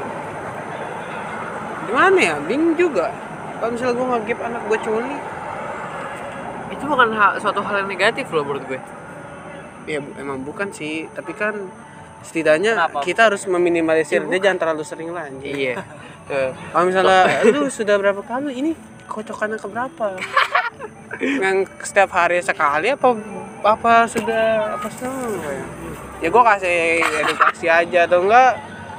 S2: Gimana ya? Bingung juga. Kalau misalnya gue nge-gap anak gue coli,
S1: Itu bukan suatu hal yang negatif loh menurut gue.
S2: ya emang bukan sih. Tapi kan setidaknya
S3: Kenapa?
S2: kita harus meminimalisir dia, jangan terlalu sering lah anjing.
S1: Iya.
S2: Kalau misalnya lu sudah berapa kali ini kocokannya ke berapa? Yang setiap hari sekali apa sudah apa semua ya? Ya gue kasih edukasi aja atau enggak?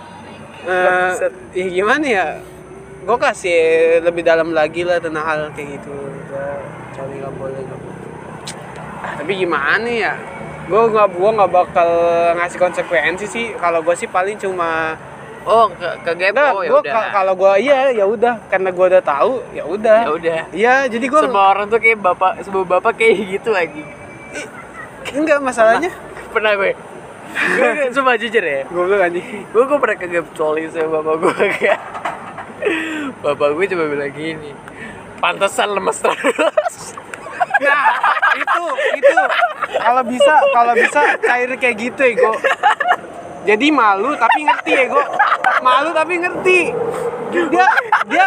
S2: Ya gimana ya? Gue kasih lebih dalam lagi lah tentang hal kayak gitu. Cari nggak boleh. Tapi gimana ya? Gue nggak bakal ngasih konsekuensi sih. Kalau gue sih paling cuma
S1: Oh, ke game.
S2: Nah,
S1: Oh, ya
S2: gua
S1: udah.
S2: kalau gua iya ya udah, karena gua udah tahu ya udah.
S1: Ya udah.
S2: Iya, jadi gua
S1: Semua orang tuh kayak semua bapak kayak gitu lagi.
S2: enggak masalahnya.
S1: Pernah gue. Gue cuma jujur ya.
S2: Gua bilang anjing.
S1: Gue pernah ke game coli sama bapak gue kayak. Bapak gue cuma bilang gini. Pantesan lemes terus.
S2: Nah, itu kalau bisa cair kayak gitu ya, Go. Jadi malu tapi ngerti ya, Go. Malu tapi ngerti. Dia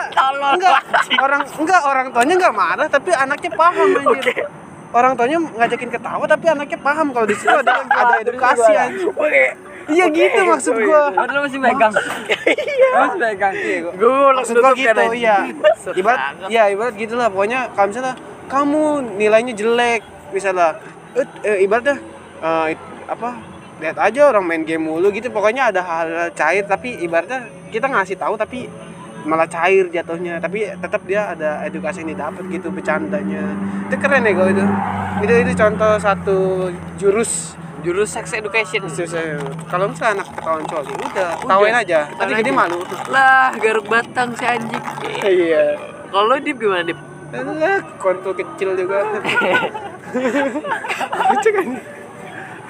S2: orang tuanya enggak marah tapi anaknya paham anjir. Orang tuanya ngajakin ketawa tapi anaknya paham kalau di situ ada edukasi anjir. Iya gitu maksud gua.
S3: Oh, lu masih megang. Masih megang iya gua.
S1: Gue
S2: Maksud
S1: langsung
S2: gua
S1: tutup
S2: gitu,
S1: kan,
S2: iya.
S1: anjing.
S2: Ibarat gitulah pokoknya kalau misalnya kamu nilainya jelek misalnya ibaratnya lihat aja orang main game mulu gitu, pokoknya ada hal cair tapi ibaratnya kita ngasih tahu tapi malah cair jatuhnya, tapi tetap dia ada edukasi yang didapat gitu, bercandanya itu keren ya gue itu contoh satu jurus
S1: sex education.
S2: kalau misalnya anak ketahuan coli udah tawain aja tapi jadi malu
S1: Lah, garuk batang si anjing.
S2: iya
S1: Kalau lo Dip gimana Dip?
S2: kontol kecil juga lucu kan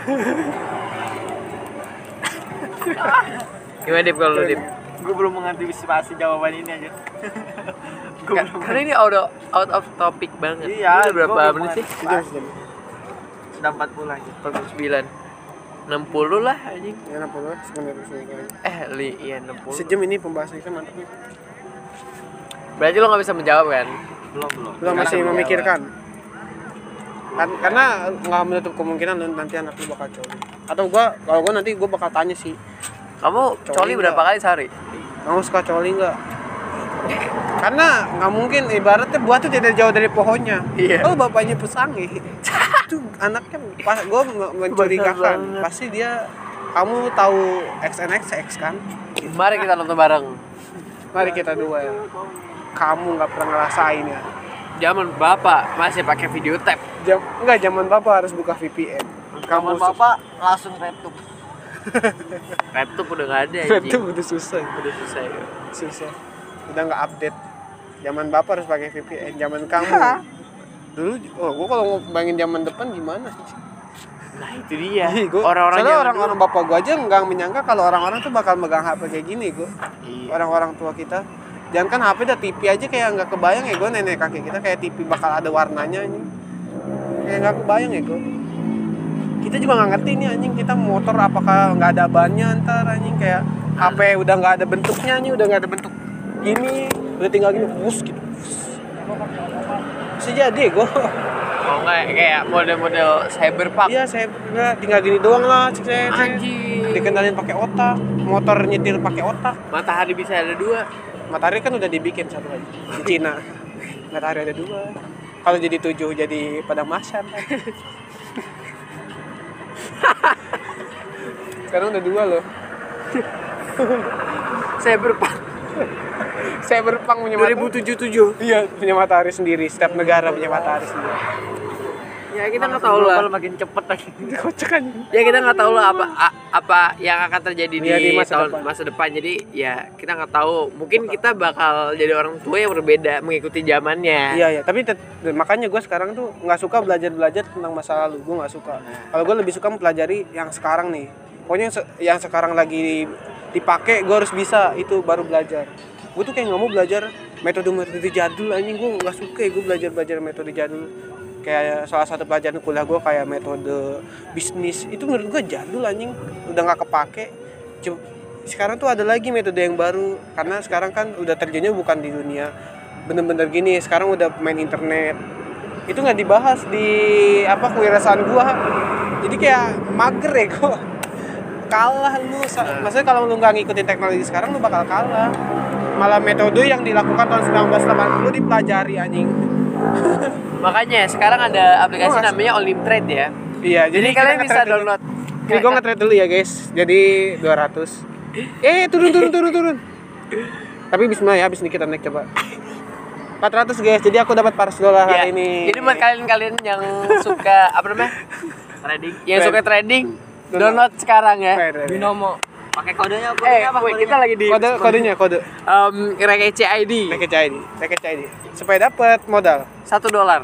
S1: Gimana Dip kalau lu Dip?
S3: Gue belum mengantisipasi jawaban ini aja.
S1: Karena ini out of topic banget.
S3: Iya,
S1: Ini udah berapa menit sih?
S3: Sudah 40 aja.
S1: 49. 60 lah anjing.
S2: Ya 60 sebenarnya.
S1: Iya 60.
S2: Sejam ini pembahasan kita mantap nih.
S1: Berarti lo nggak bisa menjawab kan?
S2: Lu masih memikirkan. Karena nggak menutup kemungkinan nanti anak lu bakal coli. Atau kalau gua nanti gua bakal tanya sih,
S1: Kamu coli berapa kali sehari?
S2: kamu suka coli nggak? Karena nggak mungkin, ibaratnya buah tuh tidak jauh dari pohonnya.
S1: Iya.
S2: Oh bapaknya pesangi. Itu anaknya pas gue mencurigakan. Pasti dia, kamu tahu XNXX kan?
S1: Mari kita nonton bareng.
S2: Mari kita dua ya. Kamu nggak pernah ngerasain ya?
S1: Zaman bapak masih pakai video tape.
S2: Enggak, zaman bapak harus buka VPN.
S3: Kamu bapak langsung retup.
S1: Laptop udah nggak ada.
S2: itu
S1: anjing.
S2: udah susah.
S1: Udah susah ya.
S2: Susah. Udah nggak update. Zaman bapak harus pakai VPN. Zaman kamu dulu, gua kalau ngomongin zaman depan gimana?
S1: Nah itu dia.
S2: Orang-orang
S1: zaman
S2: orang-orang bapak gua aja nggak menyangka kalau orang-orang tuh bakal megang HP kayak gini gua.
S1: Iya.
S2: Orang-orang tua kita. Jangan kan HP dah TV aja kayak nggak kebayang ya gua, nenek kakek kita kayak TV bakal ada warnanya anjing. Kayak nggak kebayang ya gua. Kita juga nggak ngerti nih anjing, kita motor apakah nggak ada bannya ntar anjing, kayak HP udah nggak ada bentuknya nih, udah nggak ada bentuk gini, udah tinggal gini bus gitu. Bisa jadi gua.
S1: Oh nggak kayak model-model cyberpunk.
S2: Iya, saya tinggal gini doang lah, cek.
S1: Anjing.
S2: Dikenalin pakai otak, motor nyetir pakai otak.
S1: Matahari bisa ada 2.
S2: Matahari kan udah dibikin satu lagi di Cina. Matahari ada 2. Kalau jadi 7 jadi padang mahsyar kan. Sekarang udah 2 loh.
S1: Cyberpunk.
S2: Cyberpunk punya matahari.
S1: 2077.
S2: Iya, punya matahari sendiri. Setiap negara punya matahari sendiri.
S1: Ya kita nggak tahu lah.
S3: Makin cepet lagi.
S2: Kocak kan?
S1: Ya kita nggak tahu lah apa yang akan terjadi
S2: Iya, di
S1: di
S2: masa
S1: masa
S2: depan.
S1: depan. Jadi ya kita nggak tahu. Mungkin kita bakal jadi orang tua yang berbeda mengikuti zamannya.
S2: Iya, tapi makanya gue sekarang tuh nggak suka belajar tentang masa lalu. Gue nggak suka. Kalau gue lebih suka mempelajari yang sekarang nih. Pokoknya yang sekarang lagi dipakai, gue harus bisa, itu baru belajar. Gue tuh kayak nggak mau belajar metode jadul anjing. Gue nggak suka ya gue belajar metode jadul. Kayak salah satu pelajaran kuliah gue kayak metode bisnis, itu menurut gue jadul anjing, udah nggak kepake. Sekarang tuh ada lagi metode yang baru, karena sekarang kan udah terjunnya bukan di dunia bener-bener gini, sekarang udah main internet. Itu nggak dibahas di kewirausahaan gue. Jadi kayak mager ya gue. Kalah lu, maksudnya kalau lu nggak ngikutin teknologi sekarang lu bakal kalah. Malah metode yang dilakukan tahun 1980 dipelajari anjing.
S1: Makanya sekarang ada aplikasi namanya Olim Trade ya.
S2: Iya,
S1: Jadi kalian bisa download.
S2: Ini gue nge-trade dulu ya guys. Jadi 200. Turun. Tapi bismillah ya, habis ini kita naik coba. 400 guys. Jadi aku dapat $400 hari ini.
S1: Jadi buat kalian yang suka trading, yang suka trading, download sekarang ya.
S3: Binomo. Pakai kodenya
S1: Kita lagi di
S2: Kodenya.
S1: Rekece ID.
S2: Package ID. Supaya dapat modal.
S1: $1.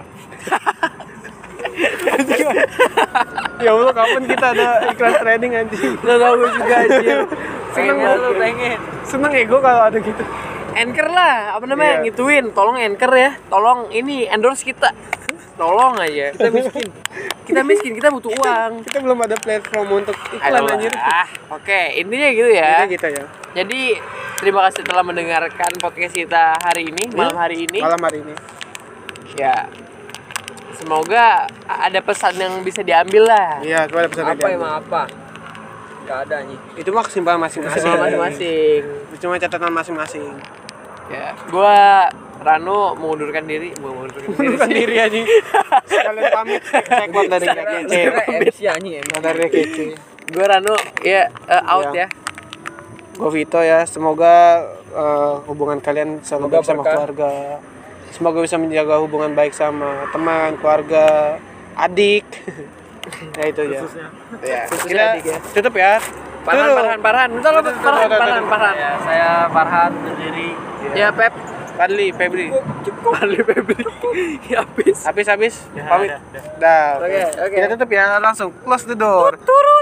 S2: Ya Allah, kapan kita ada iklan trading anjing?
S1: Lo tau gue juga anjir.
S3: pengen.
S2: Seneng ya gue kalau ada gitu.
S1: Anchor lah,
S2: Iya.
S1: ngituin. Tolong Anchor ya. Tolong ini endorse kita. Tolong aja. Kita miskin, kita butuh uang.
S2: Kita belum ada platform untuk iklan anjir.
S1: Oke, intinya gitu ya.
S2: Intinya gitu ya.
S1: Jadi terima kasih telah mendengarkan podcast kita hari ini, malam hari ini.
S2: Malam hari ini.
S1: Ya, semoga ada pesan yang bisa diambil lah.
S2: Iya, gue ada pesan lagi.
S3: apa? Gak ada nih.
S2: Itu mah kesimpulan masing-masing.
S1: Sama masing-masing.
S2: Cuma catatan masing-masing.
S1: Ya, gua Rano mengundurkan diri,
S2: Bukan diri aja. Sekalian pamit. Segmen dari kece.
S3: MC anjing
S2: Dari kece.
S1: Gua Rano ya out
S2: Iya.
S1: ya.
S2: Gue Vito ya. Semoga hubungan kalian selalu baik sama
S3: berkah.
S2: keluarga. Semoga bisa menjaga hubungan baik sama teman, keluarga, adik. Ya itu ya. Ya.
S1: Khususnya
S2: Kita
S1: adik ya.
S2: tutup ya.
S1: Parhan. Bentar lo Parhan.
S3: Ya, saya Farhan berdiri.
S1: Ya Pep.
S2: Fadli, Febri. Ali Febri. Habis.
S5: Ya,
S2: Pamit.
S5: dah.
S2: Dah.
S1: Oke.
S2: Kita tutup ya langsung close the door.